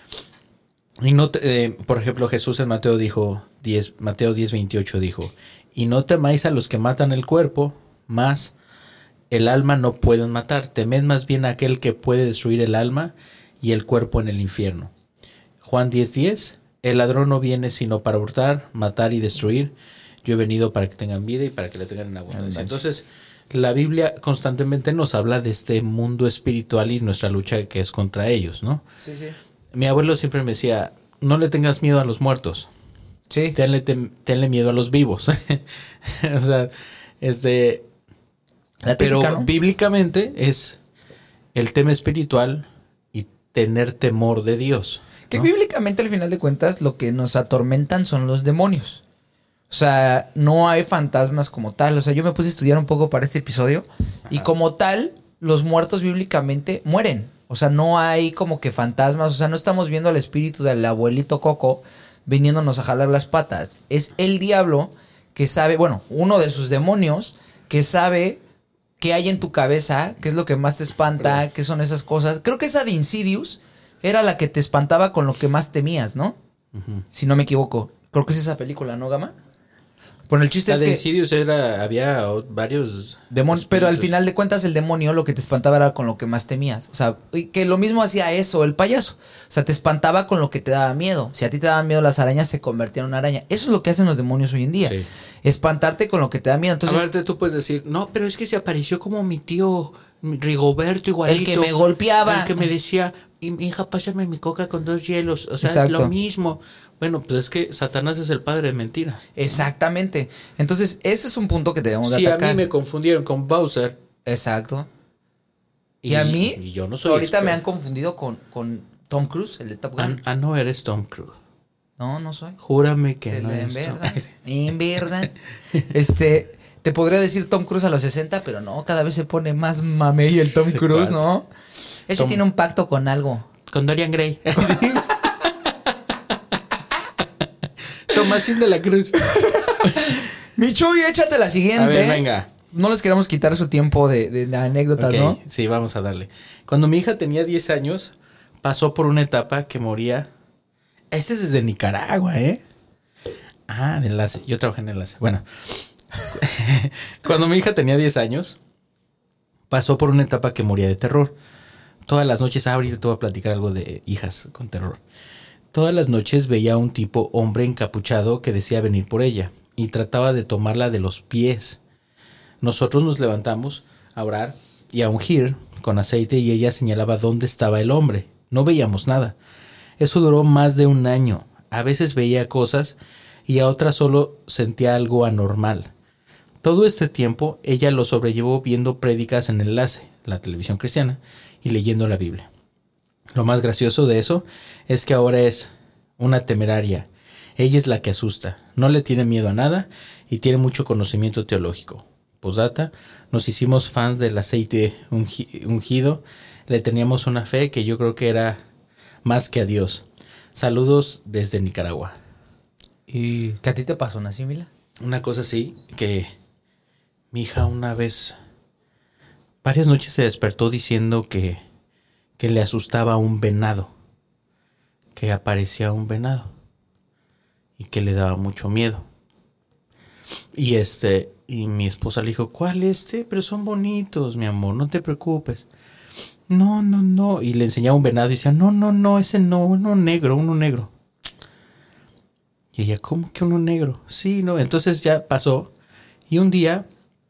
Y no te, eh, por ejemplo, Jesús en Mateo dijo diez, Mateo diez veintiocho dijo, y no temáis a los que matan el cuerpo, mas el alma no pueden matar. Temed más bien a aquel que puede destruir el alma y el cuerpo en el infierno. Juan diez diez, el ladrón no viene sino para hurtar, matar y destruir. Yo he venido para que tengan vida y para que la tengan en abundancia. Entonces, la Biblia constantemente nos habla de este mundo espiritual y nuestra lucha que es contra ellos, ¿no? Sí, sí. Mi abuelo siempre me decía, no le tengas miedo a los muertos. Sí. Tenle, ten, tenle miedo a los vivos. O sea, este... La típica, pero ¿no? Bíblicamente es el tema espiritual y tener temor de Dios. Que ¿no? Bíblicamente, al final de cuentas, lo que nos atormentan son los demonios. O sea, no hay fantasmas como tal. O sea, yo me puse a estudiar un poco para este episodio. Ajá. Y como tal, los muertos bíblicamente mueren. O sea, no hay como que fantasmas. O sea, no estamos viendo al espíritu del abuelito Coco viniéndonos a jalar las patas. Es el diablo que sabe, bueno, uno de sus demonios que sabe qué hay en tu cabeza, qué es lo que más te espanta, Pero... qué son esas cosas. Creo que esa de Insidious era la que te espantaba con lo que más temías, ¿no? Uh-huh. Si no me equivoco. Creo que es esa película, ¿no, Gama? Bueno, el chiste la es de que... Insidious era, había varios... demonios, pero al final de cuentas el demonio lo que te espantaba era con lo que más temías. O sea, que lo mismo hacía eso el payaso. O sea, te espantaba con lo que te daba miedo. Si a ti te daban miedo las arañas, se convertían en una araña. Eso es lo que hacen los demonios hoy en día. Sí. Espantarte con lo que te da miedo. Entonces, a ver, tú puedes decir, no, pero es que se apareció como mi tío Rigoberto igualito. El que me golpeaba. El que me decía, y mi hija, pásame mi coca con dos hielos. O sea, Exacto. es lo mismo. Bueno, pues es que Satanás es el padre de mentira. Exactamente. Entonces, ese es un punto que debemos de Sí, a atacar. mí me confundieron con Bowser. Exacto. Y, a mí, y yo no soy ahorita me experto. han confundido con, con Tom Cruise, el de Top Gun. Ah, ah, no eres Tom Cruise. No, no soy. Júrame que En no eres verdad. Tom. En verdad. Este, te podría decir Tom Cruise a los sesenta, pero no, cada vez se pone más mamey el Tom Ese Cruise, cuate. ¿no? Él sí Tom- tiene un pacto con algo. Con Dorian Gray. Tomasín de la Cruz. Michuy, échate la siguiente. A ver, venga. No les queremos quitar su tiempo de, de- de anécdotas, Ok, ¿no? sí, vamos a darle. Cuando mi hija tenía diez años, pasó por una etapa que moría. Este es desde Nicaragua, ¿eh? Ah, de Enlace. Yo trabajé en Enlace. Bueno. Cuando mi hija tenía diez años, pasó por una etapa que moría de terror. Todas las noches, ah, ahorita te voy a platicar algo de hijas con terror. Todas las noches veía a un tipo hombre encapuchado que decía venir por ella y trataba de tomarla de los pies. Nosotros nos levantamos a orar y a ungir con aceite y ella señalaba dónde estaba el hombre. No veíamos nada. Eso duró más de un año. A veces veía cosas y a otras solo sentía algo anormal. Todo este tiempo ella lo sobrellevó viendo prédicas en Enlace, la televisión cristiana, y leyendo la Biblia. Lo más gracioso de eso es que ahora es una temeraria. Ella es la que asusta, no le tiene miedo a nada y tiene mucho conocimiento teológico. Postdata, nos hicimos fans del aceite ungi- ungido, le teníamos una fe que yo creo que era más que a Dios. Saludos desde Nicaragua. ¿Y qué a ti te pasó una similar? Una cosa así, que mi hija una vez, varias noches se despertó diciendo que, que le asustaba un venado, que aparecía un venado y que le daba mucho miedo. Y este, y mi esposa le dijo, ¿cuál este? Pero son bonitos, mi amor, no te preocupes. No, no, no. Y le enseñaba un venado y decía, no, no, no, ese no, uno negro, uno negro. Y ella, ¿cómo que uno negro? Sí, no. Entonces ya pasó. Y un día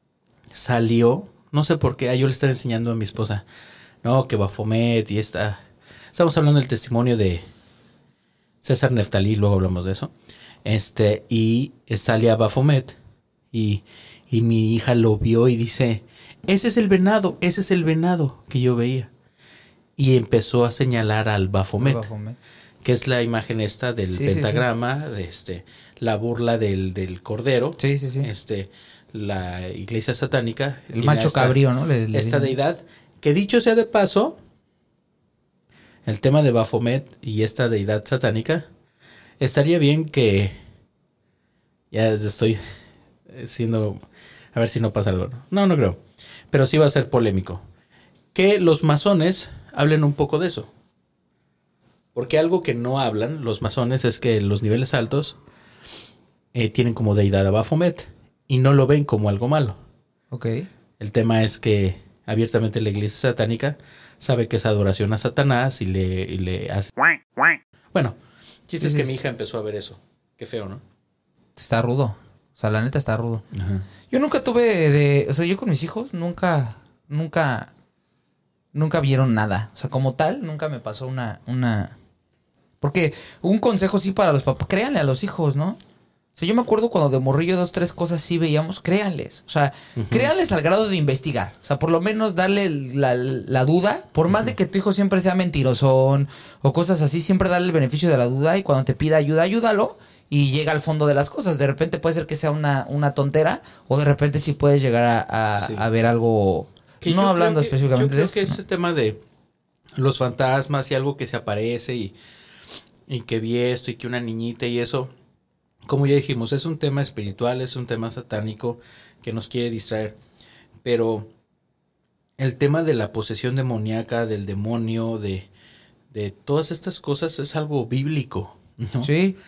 salió, no sé por qué, ah, yo le estaba enseñando a mi esposa, no, que Baphomet y esta. Estamos hablando del testimonio de César Neftalí, luego hablamos de eso. Este, y salía Baphomet. Y, y mi hija lo vio y dice, ese es el venado, ese es el venado que yo veía. Y empezó a señalar al Baphomet, Baphomet. que es la imagen esta del Sí, sí, pentagrama, de este, la burla del, del cordero, Sí, sí, sí. este, la iglesia satánica, El tiene macho esta- cabrío, ¿no? Le- le esta dicen. deidad, que dicho sea de paso, el tema de Baphomet y esta deidad satánica, estaría bien que, ya estoy siendo, a ver si no pasa algo, no, no creo, pero sí va a ser polémico, que los masones hablen un poco de eso. Porque algo que no hablan los masones es que los niveles altos eh, tienen como deidad a Baphomet y no lo ven como algo malo. Ok. El tema es que abiertamente la iglesia satánica sabe que es adoración a Satanás y le, y le hace... Bueno, chiste Sí, es sí, que sí. mi hija empezó a ver eso. Qué feo, ¿no? Está rudo. O sea, la neta está rudo. Ajá. Yo nunca tuve de... O sea, yo con mis hijos nunca... Nunca... Nunca vieron nada. O sea, como tal, nunca me pasó una... una... Porque un consejo sí para los papás. Créanle a los hijos, ¿no? O sea, yo me acuerdo cuando de morrillo dos, tres cosas sí veíamos. Créanles. O sea, créanles al grado de investigar. O sea, por lo menos darle la, la duda. Por más de que tu hijo siempre sea mentirosón o cosas así, siempre darle el beneficio de la duda. Y cuando te pida ayuda, ayúdalo. Y llega al fondo de las cosas. De repente puede ser que sea una, una tontera. O de repente sí puedes llegar a, a, Sí. a ver algo... Que no yo hablando creo que- específicamente yo creo de que eso. ese tema de los fantasmas y algo que se aparece y, y que vi esto y que una niñita y eso, como ya dijimos, es un tema espiritual, es un tema satánico que nos quiere distraer. Pero el tema de la posesión demoníaca, del demonio, de, de todas estas cosas es algo bíblico, ¿no? Sí.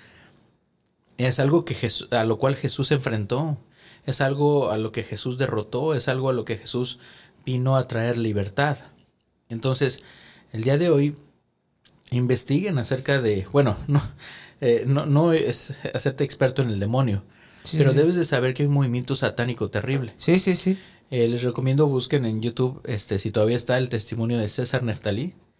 Es algo que Jesús, a lo cual Jesús se enfrentó. Es algo a lo que Jesús derrotó. Es algo a lo que Jesús vino a traer libertad. Entonces, el día de hoy, investiguen acerca de... Bueno, no, eh, no, no es hacerte experto en el demonio. Sí, pero sí. debes de saber que hay un movimiento satánico terrible. Sí, sí, sí. Eh, les recomiendo busquen en YouTube, este, si todavía está, el testimonio de César Neftalí.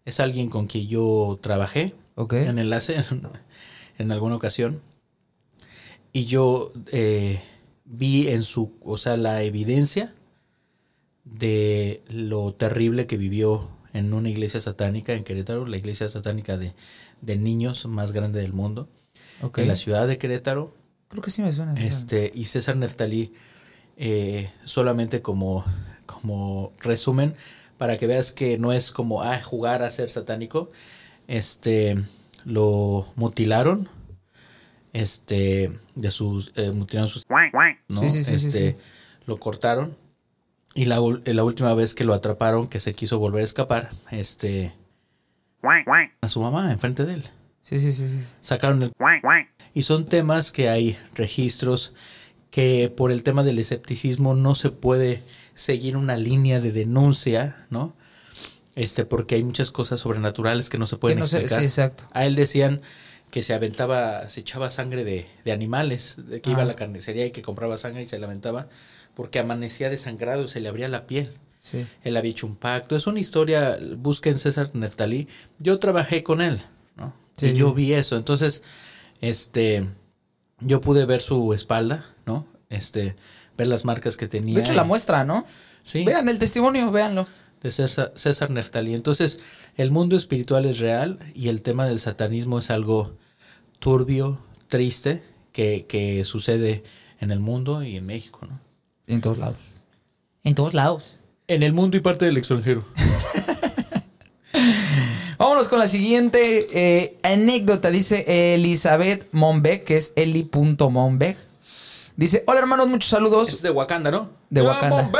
es alguien con quien yo trabajé Ok. en enlace en, en alguna ocasión. Y yo eh, vi en su, o sea, la evidencia de lo terrible que vivió en una iglesia satánica en Querétaro, la iglesia satánica de, de niños más grande del mundo, Ok. en la ciudad de Querétaro. Creo que sí me suena. Este, y César Neftalí, eh, solamente como, como resumen, para que veas que no es como ah, jugar a ser satánico, este, lo mutilaron, este, de sus, eh, mutilaron sus, ¿no? Sí, sí, sí, este, sí, sí. lo cortaron, y la, ul- la última vez que lo atraparon, que se quiso volver a escapar, este, a su mamá enfrente de él. Sí, sí, sí, sí. Sacaron el... Y son temas que hay registros que por el tema del escepticismo no se puede seguir una línea de denuncia, ¿no? Este, porque hay muchas cosas sobrenaturales que no se pueden Que no sé, explicar. sí, exacto. A él decían que se aventaba, se echaba sangre de, de animales, de que iba Ah. a la carnicería y que compraba sangre y se la aventaba porque amanecía desangrado y se le abría la piel. Sí. Él había hecho un pacto. Es una historia, busquen César Neftalí. Yo trabajé con él, ¿no? Sí. Y yo vi eso. Entonces, este, yo pude ver su espalda, ¿no? Este, ver las marcas que tenía. De hecho, la muestra, ¿no? Sí, Vean el testimonio, véanlo. de César, César Neftalí. Entonces, el mundo espiritual es real y el tema del satanismo es algo turbio, triste, que, que sucede en el mundo y en México, ¿no? En todos lados. En todos lados. En el mundo y parte del extranjero. Vámonos con la siguiente eh, anécdota. Dice Elizabeth Monbeck, que es eli.monbeck. Dice, hola hermanos, muchos saludos. Es de Wakanda, ¿no? De Wakanda.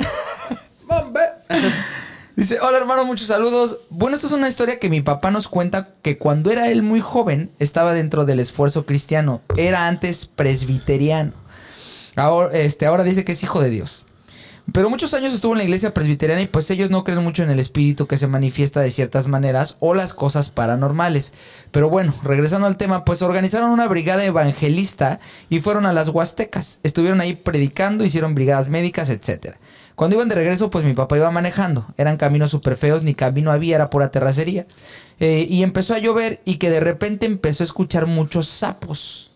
Dice, hola hermano, muchos saludos. Bueno, esto es una historia que mi papá nos cuenta que cuando era él muy joven estaba dentro del esfuerzo cristiano. Era antes presbiteriano. Ahora, este, ahora dice que es hijo de Dios. Pero muchos años estuvo en la iglesia presbiteriana y pues ellos no creen mucho en el espíritu que se manifiesta de ciertas maneras o las cosas paranormales. Pero bueno, regresando al tema, pues organizaron una brigada evangelista y fueron a las Huastecas. Estuvieron ahí predicando, hicieron brigadas médicas, etcétera. Cuando iban de regreso, pues mi papá iba manejando. Eran caminos súper feos, ni camino había, era pura terracería. Eh, y empezó a llover y que de repente empezó a escuchar muchos sapos.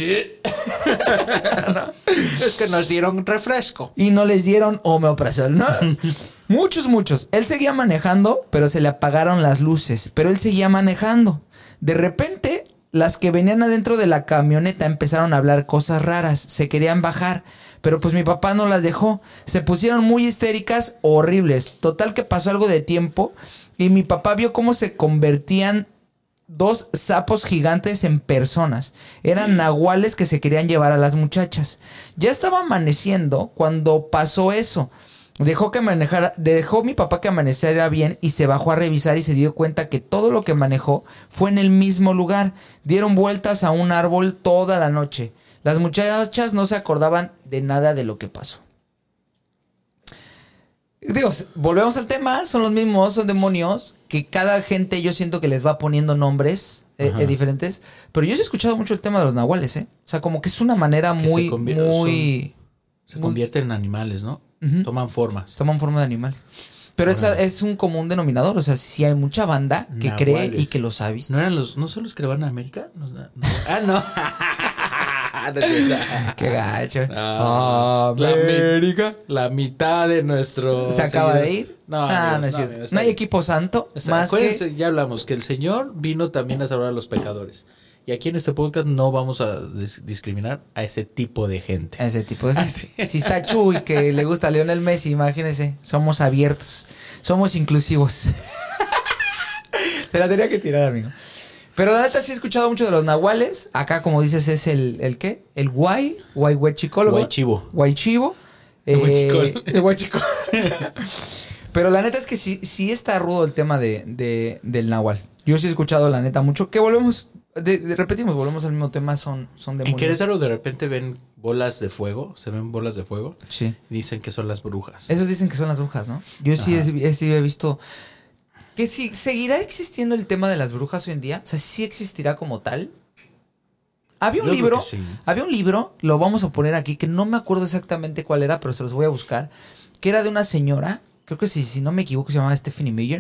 Es que nos dieron refresco. Y no les dieron omeprazol, ¿no? Muchos, muchos. Él seguía manejando, pero se le apagaron las luces. Pero él seguía manejando. De repente, las que venían adentro de la camioneta empezaron a hablar cosas raras. Se querían bajar. Pero pues mi papá no las dejó. Se pusieron muy histéricas, horribles. Total que pasó algo de tiempo. Y mi papá vio cómo se convertían dos sapos gigantes en personas. Eran nahuales que se querían llevar a las muchachas. Ya estaba amaneciendo cuando pasó eso. Dejó que manejara, dejó mi papá que amaneciera bien y se bajó a revisar y se dio cuenta que todo lo que manejó fue en el mismo lugar. Dieron vueltas a un árbol toda la noche. Las muchachas no se acordaban de nada de lo que pasó. Digo, volvemos al tema, son los mismos, son demonios, que cada gente yo siento que les va poniendo nombres eh, eh, diferentes, pero yo sí he escuchado mucho el tema de los nahuales, ¿eh? O sea, como que es una manera Que muy, se convier- muy... Se convierten en animales, ¿no? Ujú. Toman formas. Toman forma de animales. Pero esa es un común denominador, o sea, sí hay mucha banda que Nahuales. cree y que los ha visto. ¿No eran los, no son los que le van a América? No, no. Ah, no. No es cierto. Qué gacho. Ah, la mi- América. La mitad de nuestro... ¿Se acaba de seguidores- ir? No, Ah, amigos, no es cierto. amigos, No hay está- equipo santo, está- más que... acuérdense, ya hablamos, que el Señor vino también a salvar a los pecadores. Y aquí en este podcast no vamos a dis- discriminar a ese tipo de gente. A ese tipo de gente. Ah, sí. Si está Chuy, que le gusta a Lionel Messi, imagínense. Somos abiertos. Somos inclusivos. Te la tenía que tirar, amigo. Pero la neta sí he escuchado mucho de los nahuales. Acá, como dices, es el... ¿El qué? El guay. Guay huechicólogo. Guaychivo. Guaychivo. El Eh, huachicol. el huachicol. Pero la neta es que sí, sí está rudo el tema de, de- del nahual. Yo sí he escuchado, la neta, mucho. Que volvemos... De, de- repetimos, volvemos al mismo tema. Son, son En demonios. Querétaro de repente ven bolas de fuego, se ven bolas de fuego, Sí. y dicen que son las brujas. Esos dicen que son las brujas, ¿no? Yo sí Ajá. he, he- sí he visto... Que si seguirá existiendo el tema de las brujas hoy en día. O sea, sí existirá como tal. Había un Yo creo libro, que sí. había un libro, lo vamos a poner aquí, que no me acuerdo exactamente cuál era, pero se los voy a buscar, que era de una señora, creo que si, si no me equivoco se llamaba Stephanie Meyer,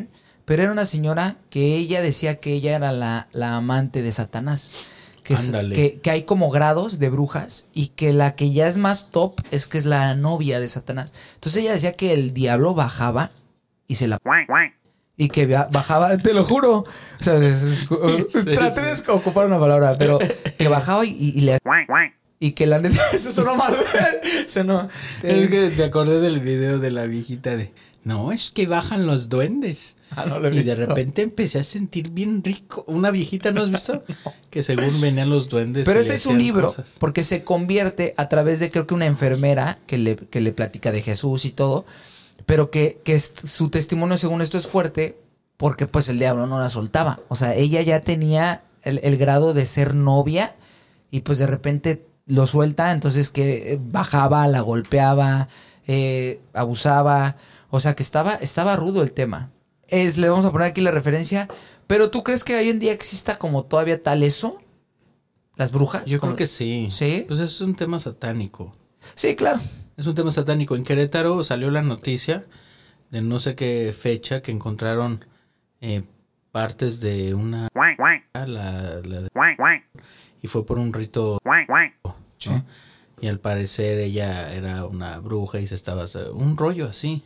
pero era una señora que ella decía que ella era la, la amante de Satanás. Que, es, que, que hay como grados de brujas y que la que ya es más top es que es la novia de Satanás. Entonces ella decía que el diablo bajaba y se la... Y que bajaba, te lo juro. O sea, es, es, sí, traté sí. de ocupar una palabra, pero que bajaba y, y le... Y que la neta... Eso sonó mal. Sonó, es que te acordé del video de la viejita de... No, es que bajan los duendes. Ah, no lo he y visto. de repente empecé a sentir bien rico. Una viejita, ¿no has visto? No. Que según venían los duendes. Pero este es un libro, cosas. Porque se convierte a través de creo que una enfermera que le, que le platica de Jesús y todo. Pero que, que su testimonio según esto es fuerte porque pues el diablo no la soltaba. O sea, ella ya tenía el, el grado de ser novia y pues de repente lo suelta. Entonces que bajaba, la golpeaba, eh, abusaba... O sea, que estaba, estaba rudo el tema. Es, le vamos a poner aquí la referencia. Pero ¿tú crees que hoy en día exista como todavía tal eso? ¿Las brujas? Yo como... creo que sí. ¿Sí? Pues eso es un tema satánico. Sí, claro. Es un tema satánico. En Querétaro salió la noticia de no sé qué fecha que encontraron eh, partes de una... La, la de... Y fue por un rito... Sí. ¿no? Y al parecer ella era una bruja y se estaba... Un rollo así.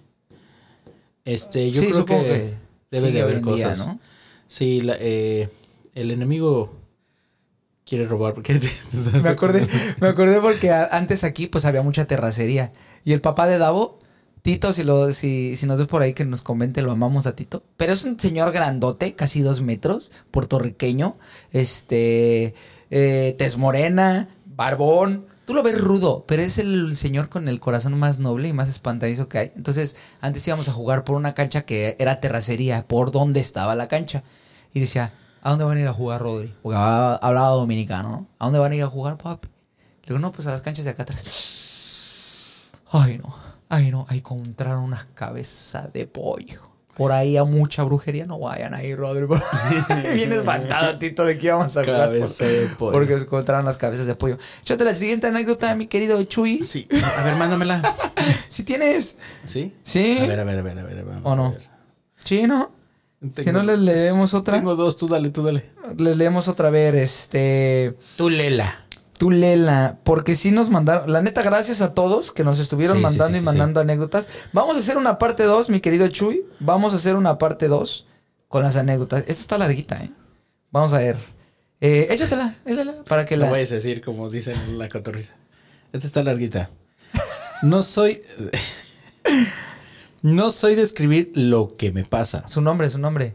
Este, yo sí, creo que, que debe de haber cosas. Día, ¿no? Sí, la, eh, el enemigo quiere robar. Porque me acordé, me acordé porque antes aquí pues había mucha terracería. Y el papá de Davo, Tito, si, lo, si, si nos ves por ahí que nos comente, lo amamos a Tito. Pero es un señor grandote, casi dos metros, puertorriqueño, este, eh, tez morena, barbón. Tú lo ves rudo, pero es el señor con el corazón más noble y más espantadizo que hay. Entonces, antes íbamos a jugar por una cancha que era terracería, por donde estaba la cancha. Y decía, ¿a dónde van a ir a jugar, Rodri? Porque hablaba dominicano, ¿no? ¿A dónde van a ir a jugar, papi? Le digo, no, pues a las canchas de acá atrás. Ay, no. Ay, no. Ahí encontraron unas cabezas de pollo. Por ahí a mucha brujería no vayan ahí, Rodri. Bien espantado, Tito, de que íbamos a jugar. Cabeza de pollo. Porque encontraron las cabezas de pollo. Échate la siguiente anécdota, mi querido Chuy. Sí. A ver, mándamela. ¿Sí tienes? ¿Sí? Sí. A ver, a ver, a ver, a ver. Vamos ¿O no? A ver. Sí, ¿no? Tengo, si no, les leemos otra. Tengo dos, tú dale, tú dale. Les leemos otra vez, este... Tú lela. Tú lela, porque sí nos mandaron, la neta, gracias a todos que nos estuvieron sí, mandando sí, sí, y mandando sí. anécdotas. Vamos a hacer una parte dos, mi querido Chuy. Vamos a hacer una parte dos con las anécdotas. Esta está larguita, ¿eh? Vamos a ver. Eh, échatela, échatela, para que la... No vayas a decir como dicen en la cotorriza. Esta está larguita. No soy... no soy de escribir lo que me pasa. Su nombre, su nombre.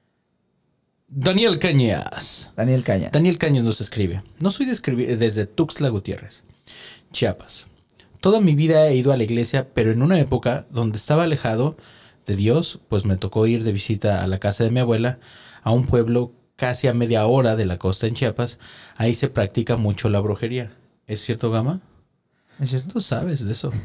Daniel Cañas. Daniel Cañas. Daniel Cañas nos escribe. No soy de escribir desde Tuxtla Gutiérrez, Chiapas. Toda mi vida he ido a la iglesia, pero en una época donde estaba alejado de Dios, pues me tocó ir de visita a la casa de mi abuela, a un pueblo casi a media hora de la costa en Chiapas. Ahí se practica mucho la brujería. ¿Es cierto, Gama? ¿Es cierto? Tú sabes de eso.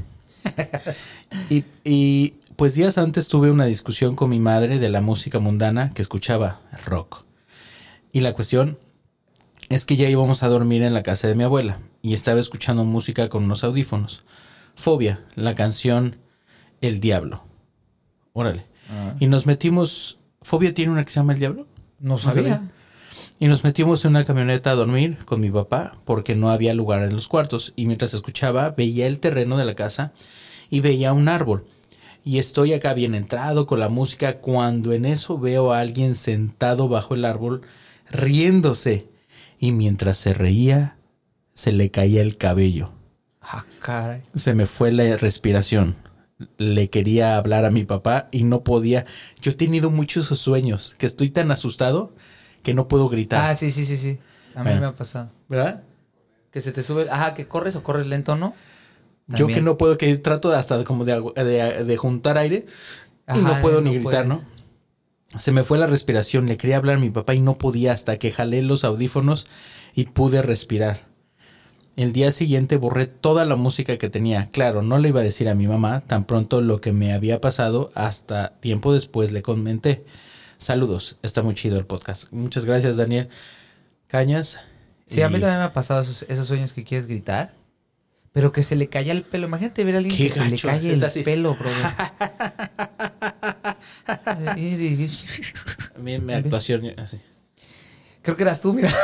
y, y pues días antes tuve una discusión con mi madre de la música mundana que escuchaba rock. Y la cuestión es que ya íbamos a dormir en la casa de mi abuela y estaba escuchando música con unos audífonos. Fobia, la canción El Diablo. Órale. Ah. Y nos metimos... ¿Fobia tiene una que se llama El Diablo? No sabía. Y nos metimos en una camioneta a dormir con mi papá porque no había lugar en los cuartos. Y mientras escuchaba, veía el terreno de la casa y veía un árbol. Y estoy acá bien entrado con la música cuando en eso veo a alguien sentado bajo el árbol riéndose. Y mientras se reía, se le caía el cabello. Ah, caray. Se me fue la respiración. Le quería hablar a mi papá y no podía. Yo he tenido muchos sueños que estoy tan asustado que no puedo gritar. Ah, sí, sí, sí, sí. A mí bueno. me ha pasado. ¿Verdad? Que se te sube... Ajá, que corres o corres lento, ¿no? También. Yo que no puedo, que trato de hasta como de, de, de juntar aire. Ajá, y no puedo no ni gritar, puedes. ¿no? Se me fue la respiración. Le quería hablar a mi papá y no podía hasta que jalé los audífonos y pude respirar. El día siguiente borré toda la música que tenía. Claro, no le iba a decir a mi mamá tan pronto lo que me había pasado. Hasta tiempo después le comenté. Saludos, está muy chido el podcast. Muchas gracias, Daniel Cañas. Sí, y... a mí también me ha pasado esos, esos sueños que quieres gritar. Pero que se le cae el pelo. Imagínate ver a alguien que se le cae el así. pelo, bro. Mi, mi actuación, así. Creo que eras tú, mira.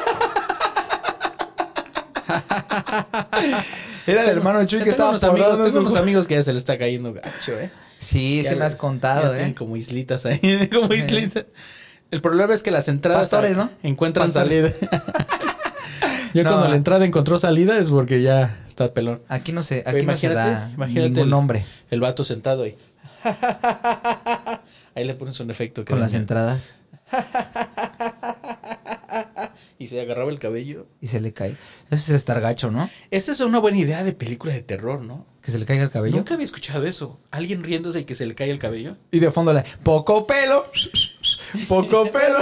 Era el hermano de Chuy que tengo estaba unos amigos, bordando tengo su- unos amigos que ya se le está cayendo gacho, ¿eh? Sí, Ya sí me le- has contado, ya tienen ¿eh? como islitas ahí, como islitas. El problema es que las entradas Pastores, ¿no? encuentran Pastores. salida. Ya No, cuando ah. la entrada encontró salida es porque ya está pelón. Aquí no sé, Pero aquí no se da imagínate ningún el, nombre el vato sentado ahí. Ahí le pones un efecto que con da las miedo. entradas Y se agarraba el cabello. y se le cae. Eso es estar gacho, ¿no? Esa es una buena idea de película de terror, ¿no? Que se le caiga el cabello. Nunca había escuchado eso. Alguien riéndose y que se le cae el cabello. Y de fondo la poco pelo, poco pelo.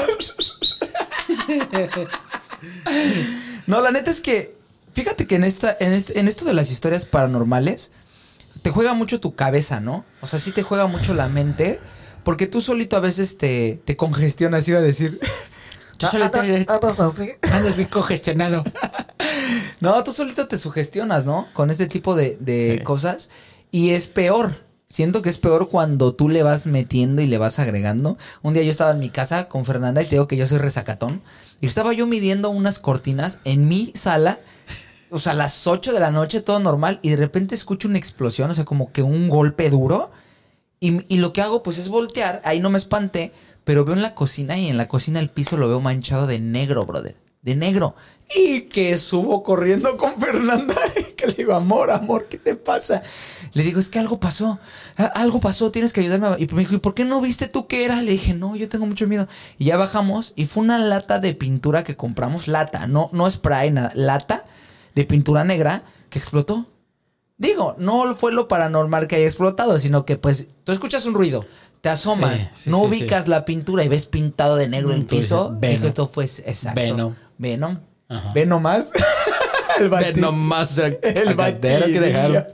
No, la neta es que fíjate que en esta en este, en esto de las historias paranormales te juega mucho tu cabeza, ¿no? O sea, sí te juega mucho la mente porque tú solito a veces te, te congestionas, iba a decir. Tú solito Andas así. andas bien congestionado. No, tú solito te sugestionas, ¿no? Con este tipo de, de Sí. cosas. Y es peor. Siento que es peor cuando tú le vas metiendo y le vas agregando. Un día yo estaba en mi casa con Fernanda y te digo que yo soy resacatón. Y estaba yo midiendo unas cortinas en mi sala. O sea, a las ocho de la noche, todo normal. Y de repente escucho una explosión, o sea, como que un golpe duro. Y, y lo que hago, pues, es voltear. Ahí no me espanté. Pero veo en la cocina y en la cocina el piso lo veo manchado de negro, brother. De negro. Y que subo corriendo con Fernanda. Y que le digo, amor, amor, ¿qué te pasa? Le digo, es que algo pasó. a- Algo pasó, tienes que ayudarme. a-". Y me dijo, ¿y por qué no viste tú qué era? Le dije, no, yo tengo mucho miedo. Y ya bajamos y fue una lata de pintura que compramos. Lata, no, no spray, nada. Lata de pintura negra que explotó. Digo, no fue lo paranormal que haya explotado, sino que pues tú escuchas un ruido, te asomas, Sí, sí, no sí, ubicas sí. la pintura y ves pintado de negro Mm, el tú dices, piso. Venom. Dijo, esto fue exacto. Venom. Venom. Ajá. Venom más. el Ve bati- nomás el el cagadero que dejaron.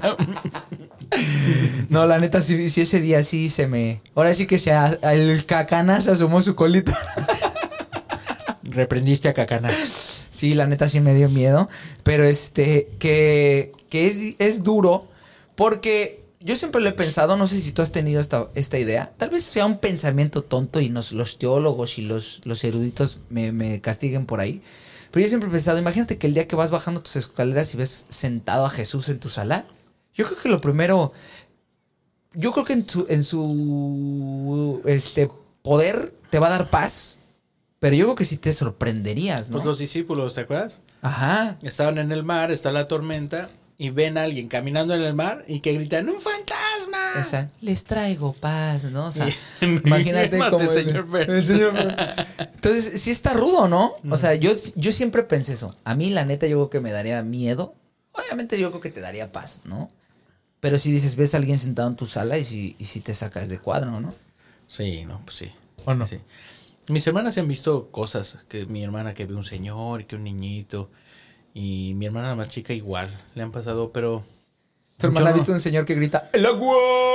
No, la neta, sí, sí, ese día sí se me... Ahora sí que se a- el cacana se asomó su colita. Reprendiste a Cacana. Sí, la neta sí me dio miedo. Pero este, que, que es, es duro porque yo siempre lo he pensado, no sé si tú has tenido esta, esta idea. Tal vez sea un pensamiento tonto y nos, los teólogos y los, los eruditos me, me castiguen por ahí. Pero yo siempre he pensado, imagínate que el día que vas bajando tus escaleras y ves sentado a Jesús en tu sala. Yo creo que lo primero... Yo creo que en su, en su este, poder te va a dar paz. Pero yo creo que sí te sorprenderías, ¿no? Pues los discípulos, ¿te acuerdas? Ajá. Estaban en el mar, está la tormenta y ven a alguien caminando en el mar y que gritan ¡un fantasma! Esa, les traigo paz, ¿no? O sea, Y- imagínate Mate, como el- señor Burns. el señor Burns. Entonces, sí está rudo, ¿no? O sea, yo, yo siempre pensé eso. A mí, la neta, yo creo que me daría miedo. Obviamente, yo creo que te daría paz, ¿no? Pero si dices, ves a alguien sentado en tu sala y si, y si te sacas de cuadro, ¿no? Sí, no, pues sí. ¿O no? Sí. Mis hermanas se han visto cosas, que mi hermana que ve un señor y que un niñito, y mi hermana más chica igual, le han pasado, pero... Tu hermana yo ha no. visto un señor que grita, ¡el agua!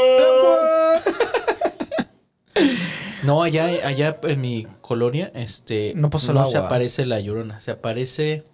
No, allá, allá en mi colonia, este, No pasó el no se agua. aparece la Llorona, se aparece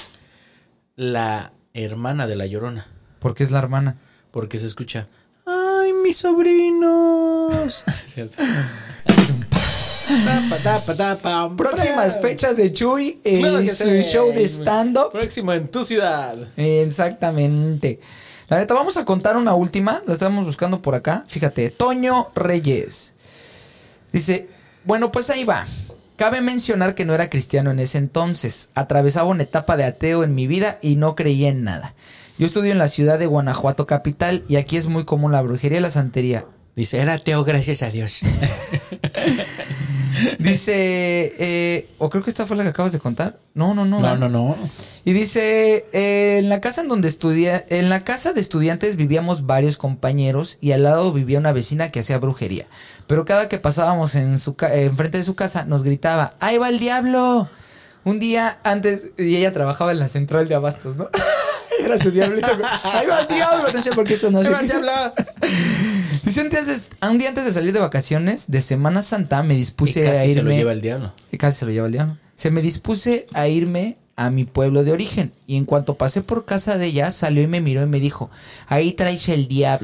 la hermana de la Llorona, Porque es la hermana. porque se escucha, ¡ay, mis sobrinos! ¿Cierto? Tapa, tapa, tapa. Próximas fechas de Chuy en Claro que su sí. show de stand-up. Próximo en tu ciudad. Exactamente. La neta, vamos a contar una última. La estamos buscando por acá. Fíjate, Toño Reyes. Dice, bueno, pues ahí va. Cabe mencionar que no era cristiano en ese entonces. Atravesaba una etapa de ateo en mi vida y no creía en nada. Yo estudio en la ciudad de Guanajuato capital y aquí es muy común la brujería y la santería. Dice, era ateo, gracias a Dios. Dice, eh, o creo que esta fue la que acabas de contar. No, no, no. No, no, no. Y dice, eh, en la casa en donde estudia, en la casa de estudiantes vivíamos varios compañeros y al lado vivía una vecina que hacía brujería. Pero cada que pasábamos en su ca- eh, enfrente de su casa nos gritaba, ¡ahí va el diablo! Un día antes, y ella trabajaba en la central de abastos, ¿no? Era su diablito. ¡Ahí va el diablo! No sé por qué esto no ¡Ahí sé. va el diablo! Dice, un día, antes, un día antes de salir de vacaciones, de Semana Santa, me Y dispuse a casi irme... se lo lleva el diablo. Y casi se lo lleva el diablo. Se me dispuse a irme a mi pueblo de origen. Y en cuanto pasé por casa de ella, salió y me miró y me dijo, ahí traes el diablo.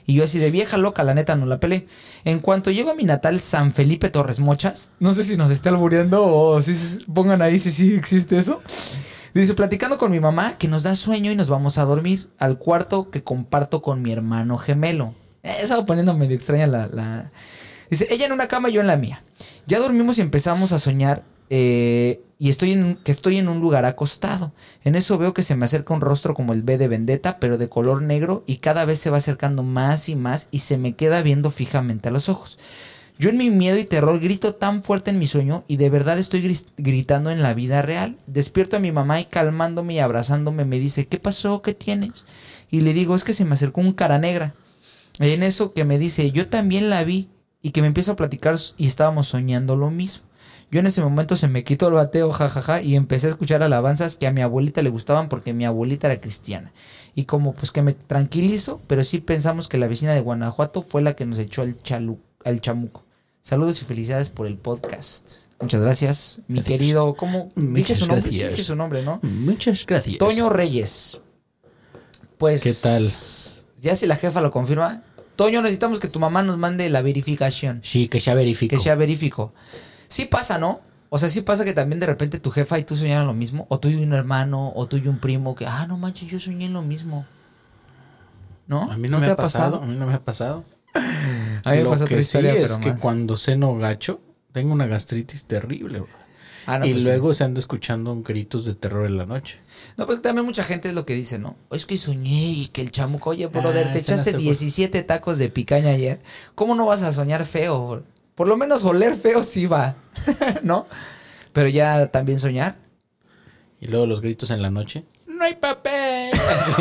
Y yo así de vieja loca, la neta no la pelé. En cuanto llego a mi natal San Felipe Torres Mochas, no sé si nos esté albureando o si si- pongan ahí si sí existe eso. Dice, platicando con mi mamá que nos da sueño y nos vamos a dormir al cuarto que comparto con mi hermano gemelo. Eh, estaba poniendo medio extraña la, la... Dice, ella en una cama, yo en la mía. Ya dormimos y empezamos a soñar eh, y estoy en, que estoy en un lugar acostado. En eso veo que se me acerca un rostro como el B de Vendetta, pero de color negro y cada vez se va acercando más y más y se me queda viendo fijamente a los ojos. Yo en mi miedo y terror grito tan fuerte en mi sueño y de verdad estoy gris- gritando en la vida real. Despierto a mi mamá y calmándome y abrazándome me dice, ¿qué pasó? ¿Qué tienes? Y le digo, es que se me acercó un cara negra. Y en eso que me dice, yo también la vi y que me empieza a platicar y estábamos soñando lo mismo. Yo en ese momento se me quitó el bateo, jajaja, y empecé a escuchar alabanzas que a mi abuelita le gustaban porque mi abuelita era cristiana. Y como pues que me tranquilizo, pero sí pensamos que la vecina de Guanajuato fue la que nos echó al, chalu al chamuco. Saludos y felicidades por el podcast. Muchas gracias, mi Gracias. querido. ¿Cómo? Muchas Dije su nombre, sí, gracias. dije su nombre, ¿no? Muchas gracias. Toño Reyes. Pues. ¿Qué tal? Ya si la jefa lo confirma. Toño, necesitamos que tu mamá nos mande la verificación. Sí, que sea verifico. Que sea verifico. Sí pasa, ¿no? O sea, sí pasa que también de repente tu jefa y tú soñaron lo mismo. O tú y un hermano, o tú y un primo que, ah, no manches, yo soñé lo mismo. ¿No? A mí no, me te ha pasado, A mí no me ha pasado. A mí me Lo pasó que otra historia, sí es pero que más. cuando ceno gacho, tengo una gastritis terrible, bro. Ah, no, y pues luego sí. se anda escuchando gritos de terror en la noche. No, pues también mucha gente es lo que dice, ¿no? Es que soñé y que el chamuco, oye, brother, Ah, te ese no echaste se fue. diecisiete tacos de picaña ayer. ¿Cómo no vas a soñar feo? Bro? Por lo menos oler feo sí va, ¿no? Pero ya también soñar. Y luego los gritos en la noche. ¡No hay papel! Así.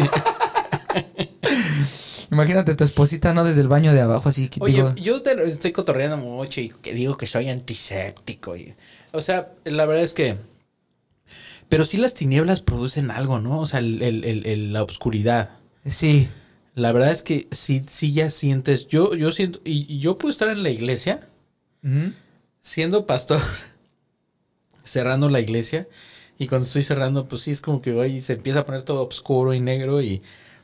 Imagínate tu esposita, ¿no? Desde el baño de abajo, así que Oye, digo, yo te- estoy cotorreando mucho y que digo que soy antiséptico. Y, o sea, la verdad es que... Pero sí las tinieblas producen algo, ¿no? O sea, el, el- el- el- la oscuridad. sí. La verdad es que sí, sí ya sientes... Yo, yo siento... Y, y yo puedo estar en la iglesia, Ujú. siendo pastor, cerrando la iglesia. Y cuando estoy cerrando, pues sí es como que hoy se empieza a poner todo oscuro y negro y...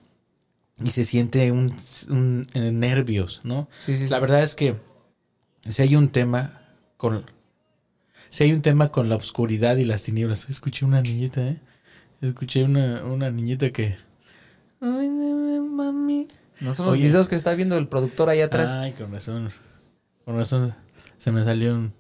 Y se siente un, un- eh, nervios, ¿no? Sí, sí, La sí. verdad es que si hay un tema con si hay un tema con la oscuridad y las tinieblas. Escuché una niñita, ¿eh? Escuché una, una niñita que... Ay, mami. No son los Oye. videos que está viendo el productor ahí atrás. Ay, con razón. Con razón se me salió un...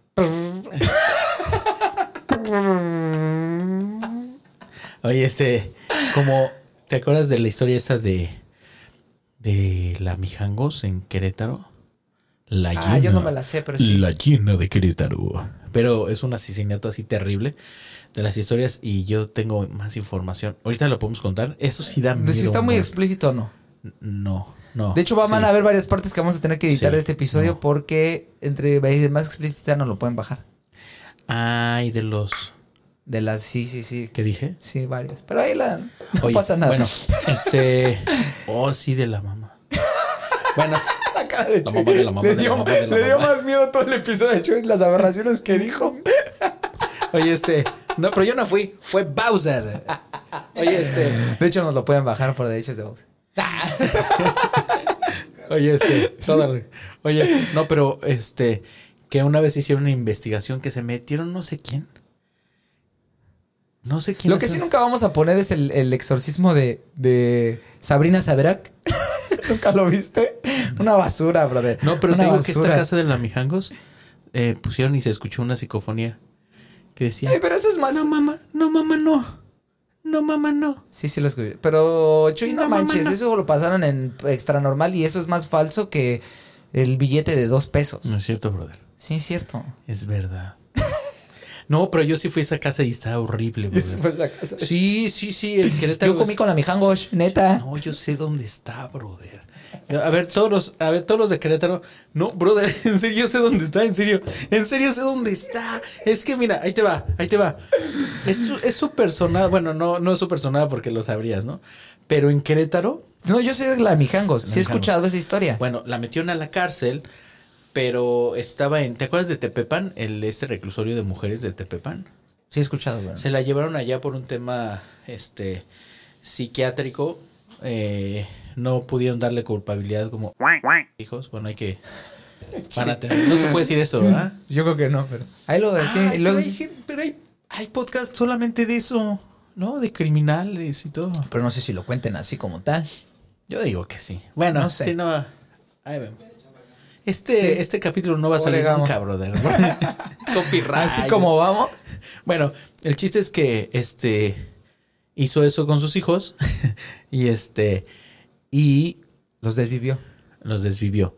Oye, este... Como... ¿Te acuerdas de la historia esa de... De la Mijangos en Querétaro? La Ah, yo no me la sé, pero sí. La llena de Querétaro. Pero es un asesinato así terrible de las historias y yo tengo más información. Ahorita lo podemos contar. Eso sí da miedo. Si está muy amor. explícito o no. No, no. De hecho, van sí. a haber varias partes que vamos a tener que editar Sí, de este episodio no. porque entre más explícito ya no lo pueden bajar. Ay, de los... De las, sí, sí, sí. ¿Qué dije? Sí, varias. Pero ahí la, no Oye, pasa nada. Bueno, este... Oh, sí, de la mamá. Bueno, La cara de La Chuy. mamá de la mamá le de la dio, mamá de la le dio mamá. más miedo todo el episodio de Chuy, las aberraciones que dijo. oye, este... No, pero yo no fui. Fue Bowser. Oye, este... De hecho, nos lo pueden bajar por derechos de voz. Oye, este... todo- Oye, no, pero este... Que una vez hicieron una investigación que se metieron no sé quién. No sé quién. Lo que es sí el- nunca vamos a poner es el, el exorcismo de, de Sabrina Saberac. ¿Nunca lo viste? Una basura, brother. No, pero Una te digo que esta basura. casa de la Mijangos eh, pusieron y se escuchó una psicofonía que decía... Ay, pero eso es más... No, mamá, no, mamá, no. No, mamá, no. Sí, sí lo escuché. Pero, Chuy, no, No, mamá, manches. no. Eso lo pasaron en Extra Normal y eso es más falso que el billete de dos pesos. No es cierto, brother. Sí, es cierto. Es verdad. No, pero yo sí fui a esa casa y estaba horrible, brother. Sí, sí, sí, el Querétaro. Yo comí con la Mijangos, neta. No, yo sé dónde está, brother. A ver, todos los, a ver, todos los de Querétaro. No, brother, en serio sé dónde está, en serio. En serio sé dónde está. Es que mira, ahí te va, ahí te va. Es su- es súper sonada. Bueno, no, no es súper sonada porque lo sabrías, ¿no? Pero en Querétaro, No, yo sé de la Mijangos. Sí he Mijangos. escuchado esa historia. bueno, la metieron a la cárcel, pero estaba en. ¿Te acuerdas de Tepepan? El este reclusorio de mujeres de Tepepan. Sí he escuchado, güey. Se la llevaron allá por un tema este psiquiátrico eh, no pudieron darle culpabilidad como hijos. Bueno, hay que... Van a tener, no se puede decir eso, ¿verdad? Yo creo que no, pero... Ahí lo decía. Ah, y luego... pero hay, gen- pero hay, hay podcast solamente de eso, ¿no? De criminales y todo. Pero no sé si lo cuenten así como tal. Yo digo que sí. Bueno, No sé. si no... Ahí vemos. Este, Sí. este capítulo no va a salir Oregamos. nunca, brother. Copyright. Así como vamos. Bueno, el chiste es que este hizo eso con sus hijos y este y Los desvivió. los desvivió.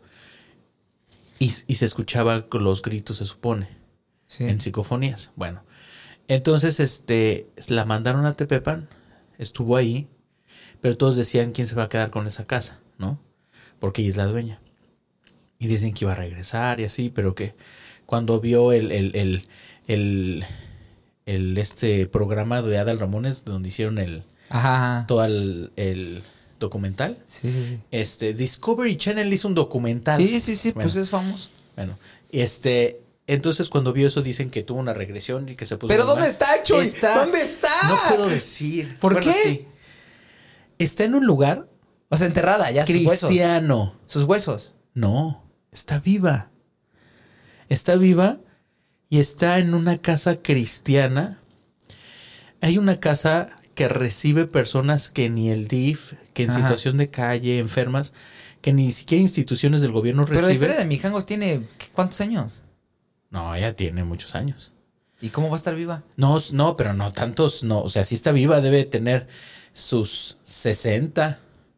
Y, y se escuchaba con los gritos, se supone, Sí. en psicofonías. Bueno, entonces este la mandaron a Tepepan, estuvo ahí, pero todos decían quién se va a quedar con esa casa, ¿no? Porque ella es la dueña. Y dicen que iba a regresar y así, pero que cuando vio el, el, el, el, el este programa de Adal Ramones, donde hicieron el Ajá. todo el, el documental, Sí, sí, sí. este Discovery Channel hizo un documental. Sí, sí, sí, Bueno. pues es famoso. Bueno, este, entonces cuando vio eso dicen que tuvo una regresión y que se puso ¿Pero muy dónde mal. está, Chuy? Está- ¿Dónde está? No puedo decir. ¿Por Bueno, qué? sí. Está en un lugar O sea, enterrada ya sus huesos. cristiano. Sus huesos. No, está viva. Está viva y está en una casa cristiana. Hay una casa que recibe personas que ni el D I F, que en Ajá. situación de calle, enfermas, que ni siquiera instituciones del gobierno Pero la historia reciben. de Mijangos tiene... ¿qué- ¿Cuántos años? No, ella tiene muchos años. ¿Y cómo va a estar viva? No, no, pero no tantos, no. O sea, sí está viva, debe tener sus sesenta.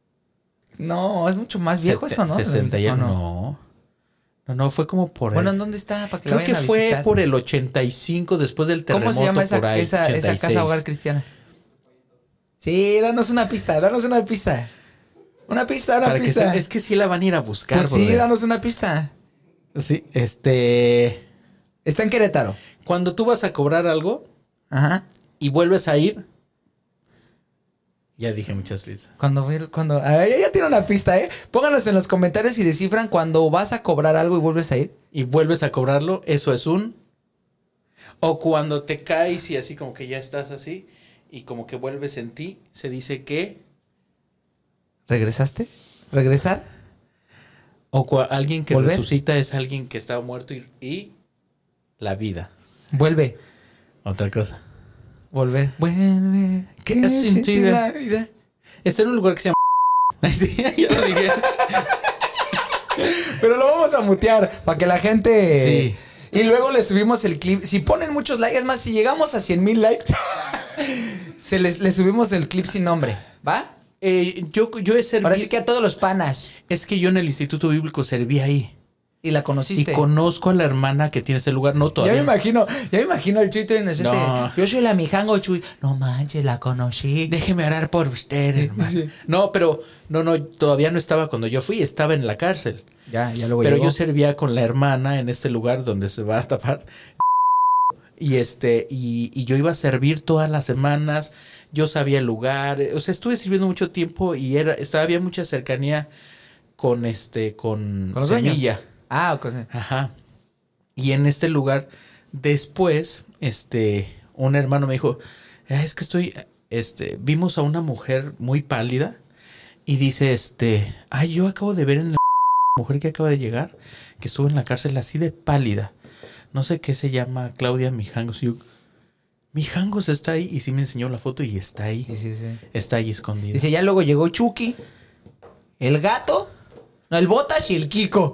No, es mucho más viejo sete- eso, ¿no? sesenta y ¿O algo. no? No. No, no, fue como por Bueno, el- ¿en dónde está? Para que Creo la que vayan a fue visitar. por el ochenta y cinco después del terremoto. ¿Cómo se llama esa, por ahí, esa, esa ochenta y seis. casa hogar cristiana? Sí, danos una pista, danos una pista. Una pista, una Para que pista. se- es que sí la van a ir a buscar. Pues sí, brother. danos una pista. Sí, este... Está en Querétaro. Cuando tú vas a cobrar algo Ajá. y vuelves a ir... Ya dije muchas veces. Cuando, cuando, ah, ya, ya tiene una pista, ¿eh? Pónganos en los comentarios y descifran cuando vas a cobrar algo y vuelves a ir. Y vuelves a cobrarlo, eso es un... O cuando te caes y así como que ya estás así y como que vuelves en ti, se dice que... ¿Regresaste? ¿Regresar? O cua- alguien que ¿Volver? resucita es alguien que estaba muerto y, y la vida. Vuelve. Otra cosa. Volver. Vuelve. ¿Qué has sentido? la vida? Está en un lugar que se llama... Sí, ya lo dije. Pero lo vamos a mutear para que la gente... Sí. Y luego le subimos el clip. Si ponen muchos likes, es más, si llegamos a cien mil likes, se les, le subimos el clip sin nombre. ¿Va? Eh, yo, yo he servido... Ahora sí que a todos los panas. Es que yo en el Instituto Bíblico serví ahí. Y la Y conociste. conozco a la hermana que tiene ese lugar. No Ya todavía. me imagino, ya me imagino el Chuy todo inocente. No. Yo soy la Mijango, Chuy. No manches, la conocí. Déjeme orar por usted, hermano. Sí. No, pero no, no, todavía no estaba cuando yo fui, estaba en la cárcel. Ya, ya luego Pero llegó. yo servía con la hermana en este lugar donde se va a tapar. Y este, y, y yo iba a servir todas las semanas. Yo sabía el lugar. O sea, estuve sirviendo mucho tiempo y era, estaba, había mucha cercanía con este, con, ¿Con los dueños? Semilla. Ah, ok. Ajá. Y en este lugar, después, este, un hermano me dijo, "Ah, es que estoy, este, vimos a una mujer muy pálida y dice, este, ay, yo acabo de ver en la mujer que acaba de llegar, que estuvo en la cárcel así de pálida. No sé qué se llama, Claudia Mijangos. Y yo, Mijangos está ahí. Y sí me enseñó la foto y está ahí. Sí, sí, sí. Está ahí escondida. Dice, ya luego llegó Chucky, el gato, no, el Botas y el Kiko.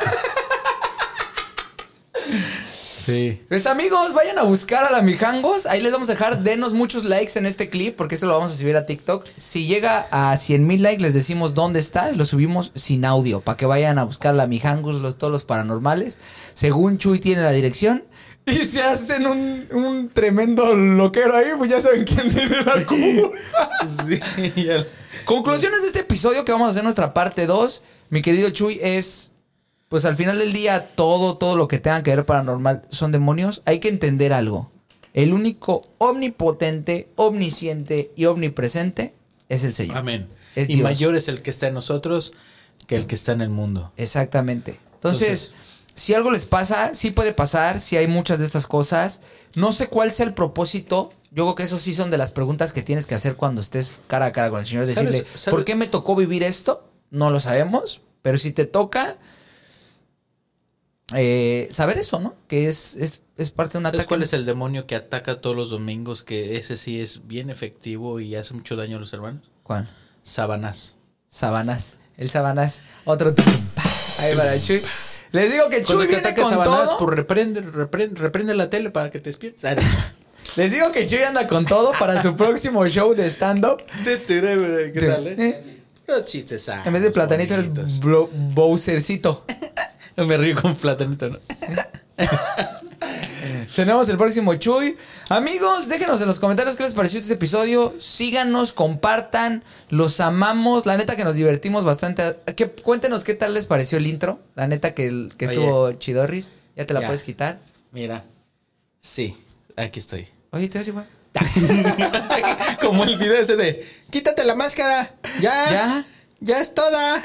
Sí. Pues amigos, vayan a buscar a la Mijangos. Ahí les vamos a dejar, denos muchos likes en este clip porque esto lo vamos a subir a TikTok. Si llega a cien mil likes les decimos dónde está y lo subimos sin audio para que vayan a buscar a la Mijangos, los, todos los paranormales. Según Chuy tiene la dirección. Y se hacen un, un tremendo loquero ahí, pues ya saben quién tiene la culpa. Sí. ya- Conclusiones de este episodio que vamos a hacer nuestra parte dos, mi querido Chuy, es... Pues al final del día, todo, todo lo que tenga que ver paranormal son demonios. Hay que entender algo. El único omnipotente, omnisciente y omnipresente es el Señor. Amén. Es y Dios. mayor es el que está en nosotros que el que está en el mundo. Exactamente. Entonces, Entonces- si algo les pasa, sí puede pasar, si hay muchas de estas cosas. No sé cuál sea el propósito Yo creo que eso sí son de las preguntas que tienes que hacer cuando estés cara a cara con el Señor. Decirle, ¿Sabes? ¿Sabes? ¿por qué me tocó vivir esto? No lo sabemos, pero si te toca eh, saber eso, ¿no? Que es, es, es parte de un ¿Sabes ataque. cuál es el demonio que ataca todos los domingos? Que ese sí es bien efectivo y hace mucho daño a los hermanos. ¿Cuál? Sabanás. Sabanás. El Sabanás. Otro. Ahí para Chuy. Les digo que Chuy Cuando te viene ataque con Sabanás, todo. pues reprende, reprende, reprende la tele para que te despiertes. Ah, Les digo que Chuy anda con todo para su próximo show de stand-up. ¿Qué tal, eh? Eh, Los chistes sanos, En vez de platanito bonitos. eres blo- Bowsercito. Me río con platanito, ¿no? Tenemos el próximo Chuy. Amigos, déjenos en los comentarios qué les pareció este episodio. Síganos, compartan. Los amamos. La neta que nos divertimos bastante. ¿Qué- cuéntenos qué tal les pareció el intro. La neta que, el- que Oye. estuvo chidorris. Ya te la Ya. puedes quitar. Mira. Sí, aquí estoy. Oye, ¿te ves igual? Como el video ese de quítate la máscara. Ya. ¿Ya? Ya es toda.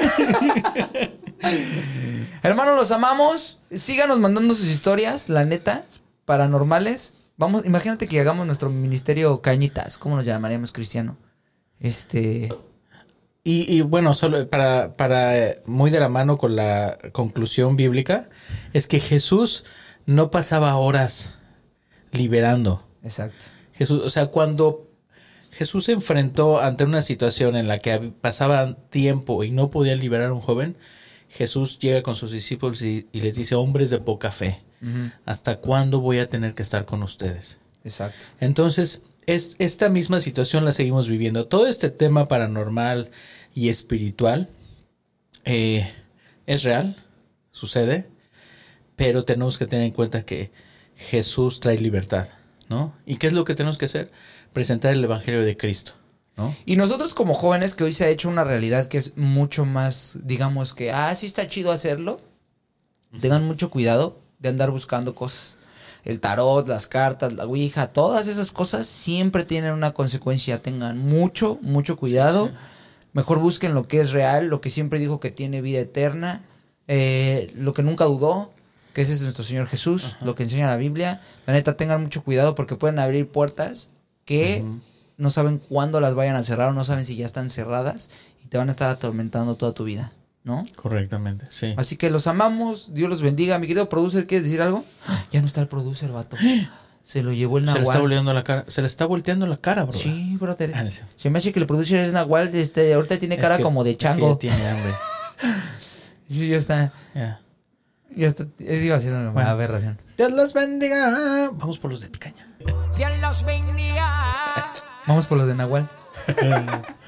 Hermanos, los amamos. Síganos mandando sus historias, la neta, paranormales. Vamos, imagínate que hagamos nuestro ministerio Cañitas. ¿Cómo nos llamaríamos, Cristiano? Este. Y, y bueno, solo para, para eh, muy de la mano con la conclusión bíblica, es que Jesús no pasaba horas liberando. Exacto. Jesús, o sea, cuando Jesús se enfrentó ante una situación en la que hab- pasaban tiempo y no podían liberar a un joven, Jesús llega con sus discípulos y, y les dice, hombres de poca fe, Ujú. ¿hasta cuándo voy a tener que estar con ustedes? Exacto. Entonces, es, esta misma situación la seguimos viviendo. Todo este tema paranormal y espiritual eh, es real, sucede, pero tenemos que tener en cuenta que Jesús trae libertad, ¿no? ¿Y qué es lo que tenemos que hacer? Presentar el Evangelio de Cristo, ¿no? Y nosotros como jóvenes, que hoy se ha hecho una realidad que es mucho más, digamos que, ah, sí está chido hacerlo. Tengan mucho cuidado de andar buscando cosas. El tarot, las cartas, la ouija, todas esas cosas siempre tienen una consecuencia. Tengan mucho, mucho cuidado. Sí, sí. Mejor busquen lo que es real, lo que siempre dijo que tiene vida eterna, eh, lo que nunca dudó, que ese es nuestro Señor Jesús, Ajá. lo que enseña la Biblia. La neta, tengan mucho cuidado porque pueden abrir puertas que Ujú. no saben cuándo las vayan a cerrar o no saben si ya están cerradas y te van a estar atormentando toda tu vida, ¿no? Correctamente, sí. Así que los amamos, Dios los bendiga. Mi querido producer, ¿quieres decir algo? ¡Ah! Ya no está el producer, vato. Se lo llevó el Se le está Nahual. volteando la cara. Se le está volteando la cara, bro. Sí, brother. Ah, no sé. Se me hace que el producer es Nahual, este, ahorita tiene Es cara que- como de es que chango. ya tiene hambre. Sí, ya está. Ya. Ya está. Es iba a ser una Bueno. aberración. Dios los bendiga. Vamos por los de picaña. Dios los bendiga. Vamos por lo de Nahual.